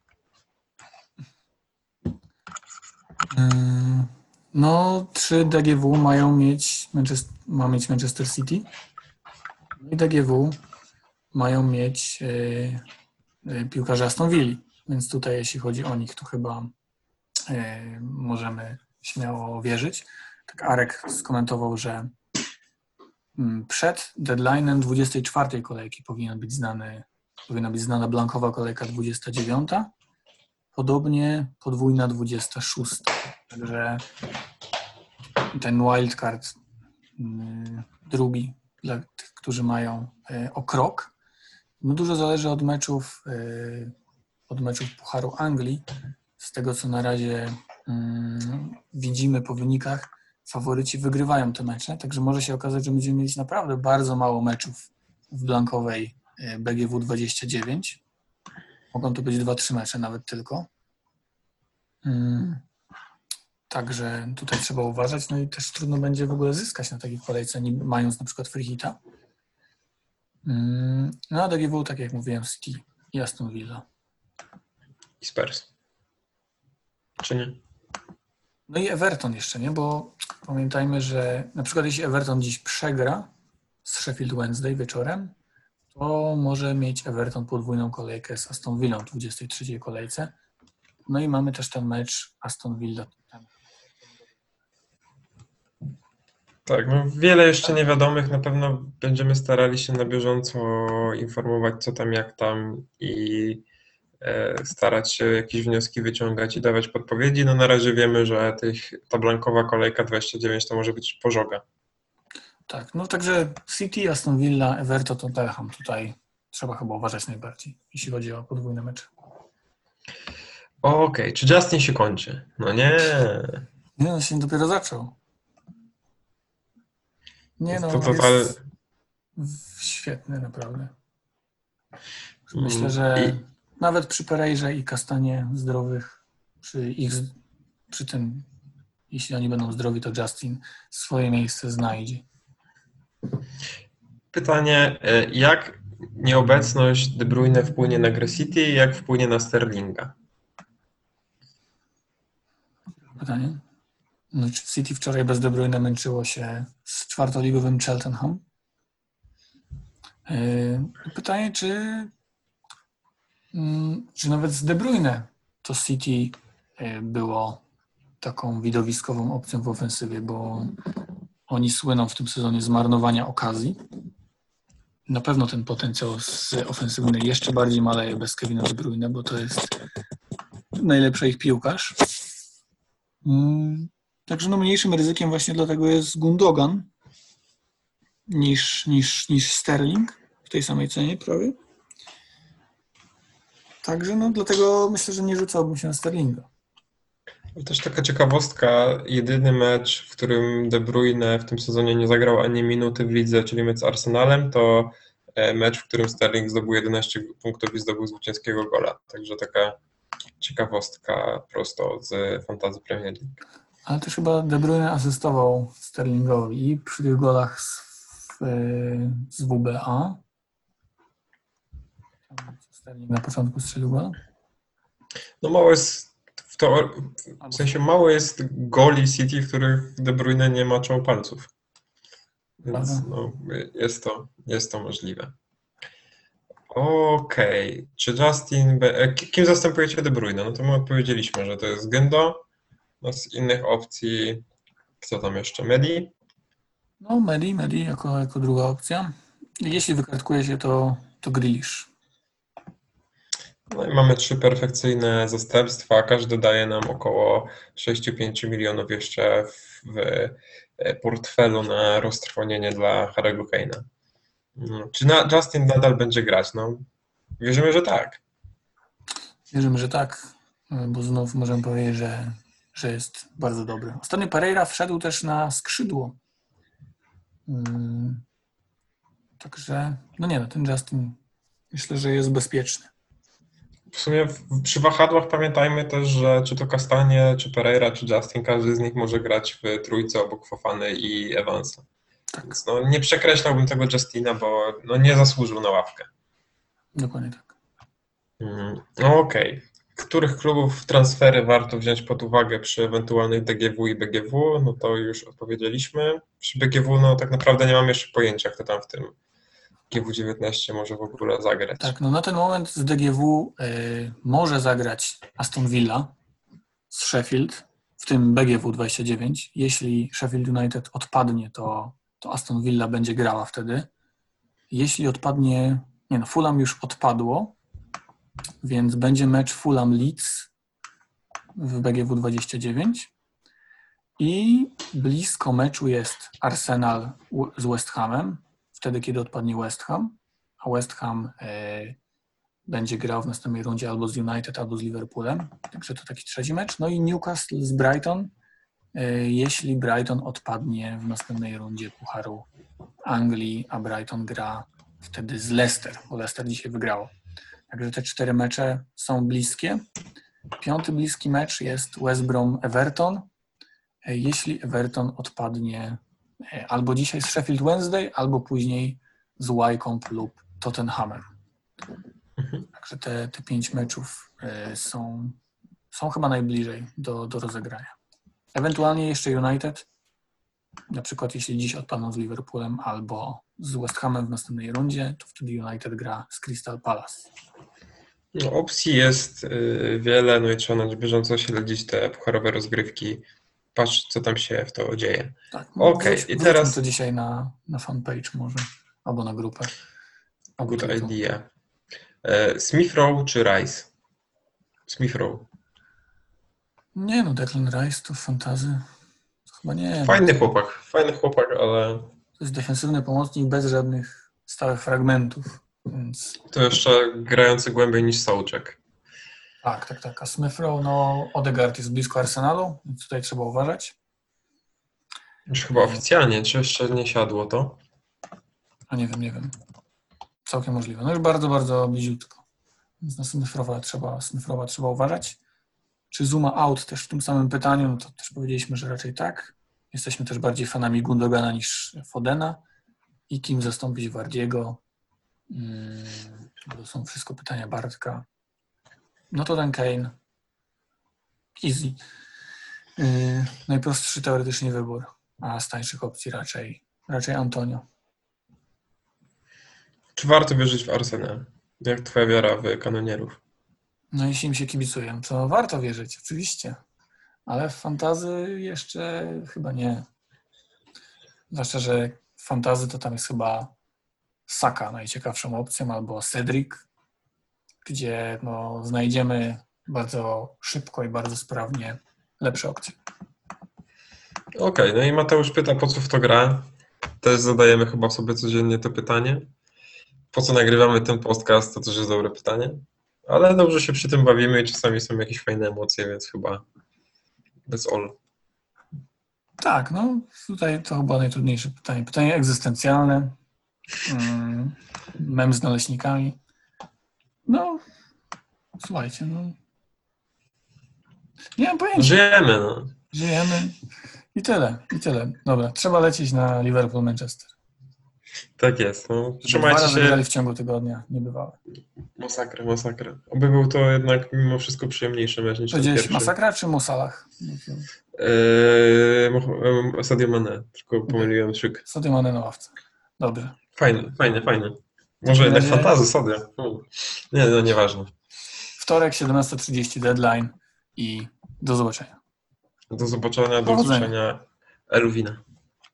No, 3 DGW ma mieć Manchester City. I DGW mają mieć piłkarze Aston Villa. Więc tutaj, jeśli chodzi o nich, to chyba możemy śmiało wierzyć. Tak Arek skomentował, że przed deadline'em 24 kolejki powinna być znana blankowa kolejka 29. Podobnie podwójna 26. Także ten wildcard drugi dla tych, którzy mają o krok. No dużo zależy od meczów Pucharu Anglii. Z tego, co na razie widzimy po wynikach, faworyci wygrywają te mecze, także może się okazać, że będziemy mieć naprawdę bardzo mało meczów w blankowej BGW 29. Mogą to być 2-3 mecze nawet tylko. Także tutaj trzeba uważać, no i też trudno będzie w ogóle zyskać na takiej kolejce, nie mając na przykład free hita. No a DGW, tak jak mówiłem, City i Aston Villa. I Spurs. Czy nie? No i Everton jeszcze, nie? Bo pamiętajmy, że na przykład jeśli Everton dziś przegra z Sheffield Wednesday wieczorem, to może mieć Everton podwójną kolejkę z Aston Villą w 23 kolejce. No i mamy też ten mecz Aston Villa. Tak, no wiele jeszcze niewiadomych. Na pewno będziemy starali się na bieżąco informować, co tam, jak tam i starać się jakieś wnioski wyciągać i dawać podpowiedzi. No na razie wiemy, że ta blankowa kolejka 29 to może być pożoga. Tak, no także City, Aston Villa, Everton, Tottenham. Tutaj trzeba chyba uważać najbardziej, jeśli chodzi o podwójne mecze. Okej, czy Justin się kończy? No nie. Nie, on się dopiero zaczął. Nie no, To total... jest świetny naprawdę. Myślę, że nawet przy Perejrze i Kastanie zdrowych, przy tym, jeśli oni będą zdrowi, to Justin swoje miejsce znajdzie. Pytanie, jak nieobecność De Bruyne wpłynie na grę City i jak wpłynie na Sterlinga? Pytanie? No, czy City wczoraj bez De Bruyne męczyło się z czwartoligowym Cheltenham? Pytanie, czy nawet z De Bruyne to City było taką widowiskową opcją w ofensywie, bo oni słyną w tym sezonie z marnowania okazji. Na pewno ten potencjał z ofensywny jeszcze bardziej maleje bez Kevina De Bruyne, bo to jest najlepszy ich piłkarz. Także no mniejszym ryzykiem właśnie dlatego jest Gundogan niż Sterling w tej samej cenie prawie. Także no dlatego myślę, że nie rzucałbym się na Sterlinga. Też taka ciekawostka, jedyny mecz, w którym De Bruyne w tym sezonie nie zagrał ani minuty w lidze, czyli mecz z Arsenalem, to mecz, w którym Sterling zdobył 11 punktów i zdobył zwycięskiego gola. Także taka ciekawostka prosto z Fantasy Premier League. Ale też chyba De Bruyne asystował Sterlingowi i przy tych golach z WBA. Sterling na początku strzelił gola. No mało jest w sensie mało jest goli City, w których De Bruyne nie maczał palców. Więc no, jest to możliwe. Okej. Czy Justin... Kim zastępujecie De Bruyne? No to my odpowiedzieliśmy, że to jest Gendo. No z innych opcji, kto tam jeszcze? Medi? No Medi jako druga opcja. Jeśli wykartkuje się, to Grealish. No i mamy 3 perfekcyjne zastępstwa. Każdy daje nam około 6-5 milionów jeszcze w portfelu na roztrwonienie dla Harry'ego Kane'a. No, czy Justin nadal będzie grać? No, wierzymy, że tak. Wierzymy, że tak, bo znów możemy powiedzieć, że jest bardzo dobry. Ostatnio Pereira wszedł też na skrzydło. Także, ten Justin myślę, że jest bezpieczny. W sumie przy wahadłach pamiętajmy też, że czy to Kastanie, czy Pereira, czy Justin, każdy z nich może grać w trójce obok Fofany i Evansa. Tak, Więc nie przekreślałbym tego Justina, bo nie zasłużył na ławkę. dokładnie tak. No okej. Których klubów transfery warto wziąć pod uwagę przy ewentualnych DGW i BGW? No to już odpowiedzieliśmy. Przy BGW tak naprawdę nie mam jeszcze pojęcia, kto tam w tym GW19 może w ogóle zagrać. Tak, na ten moment z DGW może zagrać Aston Villa z Sheffield, w tym BGW 29. Jeśli Sheffield United odpadnie, to Aston Villa będzie grała wtedy. Jeśli odpadnie, Fulham już odpadło, więc będzie mecz Fulham-Leeds w BGW 29 i blisko meczu jest Arsenal z West Hamem, wtedy kiedy odpadnie West Ham, a West Ham będzie grał w następnej rundzie albo z United, albo z Liverpoolem, także to taki trzeci mecz. No i Newcastle z Brighton, jeśli Brighton odpadnie w następnej rundzie Pucharu Anglii, a Brighton gra wtedy z Leicester, bo Leicester dzisiaj wygrało. Także te 4 mecze są bliskie. 5. bliski mecz jest West Brom-Everton. Jeśli Everton odpadnie albo dzisiaj z Sheffield Wednesday, albo później z Wycombe lub Tottenhamem. Także te 5 meczów są chyba najbliżej do rozegrania. Ewentualnie jeszcze United, na przykład jeśli dziś odpadną z Liverpoolem albo z West Hamem w następnej rundzie, to wtedy United gra z Crystal Palace. Opcji jest wiele, no i trzeba na bieżąco śledzić te pucharowe rozgrywki, patrz co tam się w to dzieje. Tak, Okej, i teraz to dzisiaj na fanpage może, albo na grupę. good idea. Smith Rowe czy Rice? Smith Rowe. Nie Declan Rice to fantazy. To chyba nie. Fajny chłopak, ale... To jest defensywny pomocnik bez żadnych stałych fragmentów, więc... To jeszcze grający głębiej niż Souček. Tak. A Smith Rowe, Odegaard jest blisko Arsenalu, więc tutaj trzeba uważać. Już chyba oficjalnie, czy jeszcze nie siadło to? A nie wiem. Całkiem możliwe. Już bardzo, bardzo bliziutko. Więc na Smith-Rowe'a trzeba uważać. Czy Zuma out też w tym samym pytaniu? To też powiedzieliśmy, że raczej tak. Jesteśmy też bardziej fanami Gundogana niż Fodena. I kim zastąpić Wardiego? To są wszystko pytania Bartka. To ten Kane. Easy. Najprostszy teoretycznie wybór, a z tańszych opcji raczej Antonio. Czy warto wierzyć w Arsenal? Jak twoja wiara w kanonierów? Jeśli im się kibicuje, to warto wierzyć, oczywiście. Ale w fantazy jeszcze chyba nie. Zwłaszcza, że w fantazy to tam jest chyba Saka najciekawszą opcją, albo Cedric, gdzie znajdziemy bardzo szybko i bardzo sprawnie lepsze opcje. Okej, i Mateusz pyta, po co w to gra? Też zadajemy chyba sobie codziennie to pytanie. Po co nagrywamy ten podcast? To też jest dobre pytanie. Ale dobrze się przy tym bawimy i czasami są jakieś fajne emocje, więc chyba that's all. Tak, tutaj to chyba najtrudniejsze pytanie. Pytanie egzystencjalne. Mem z naleśnikami. Słuchajcie, nie mam pojęcia. Żyjemy. I tyle. Dobra, trzeba lecieć na Liverpool-Manchester. Tak jest. Trzymajcie się. 2 razy grali w ciągu tygodnia, niebywałe. Masakra. Oby był to jednak mimo wszystko przyjemniejszy mecz niż ten pierwszy. Masakra czy Mosalah? Sadio Mane, tylko pomyliłem szyk. Sadio Mane na ławce. Dobrze. Fajnie. Może jednak fantazy Sadio. Nie, nieważne. Wtorek, 17:30 deadline i do zobaczenia. Do zobaczenia, do usłyszenia. Eluwina.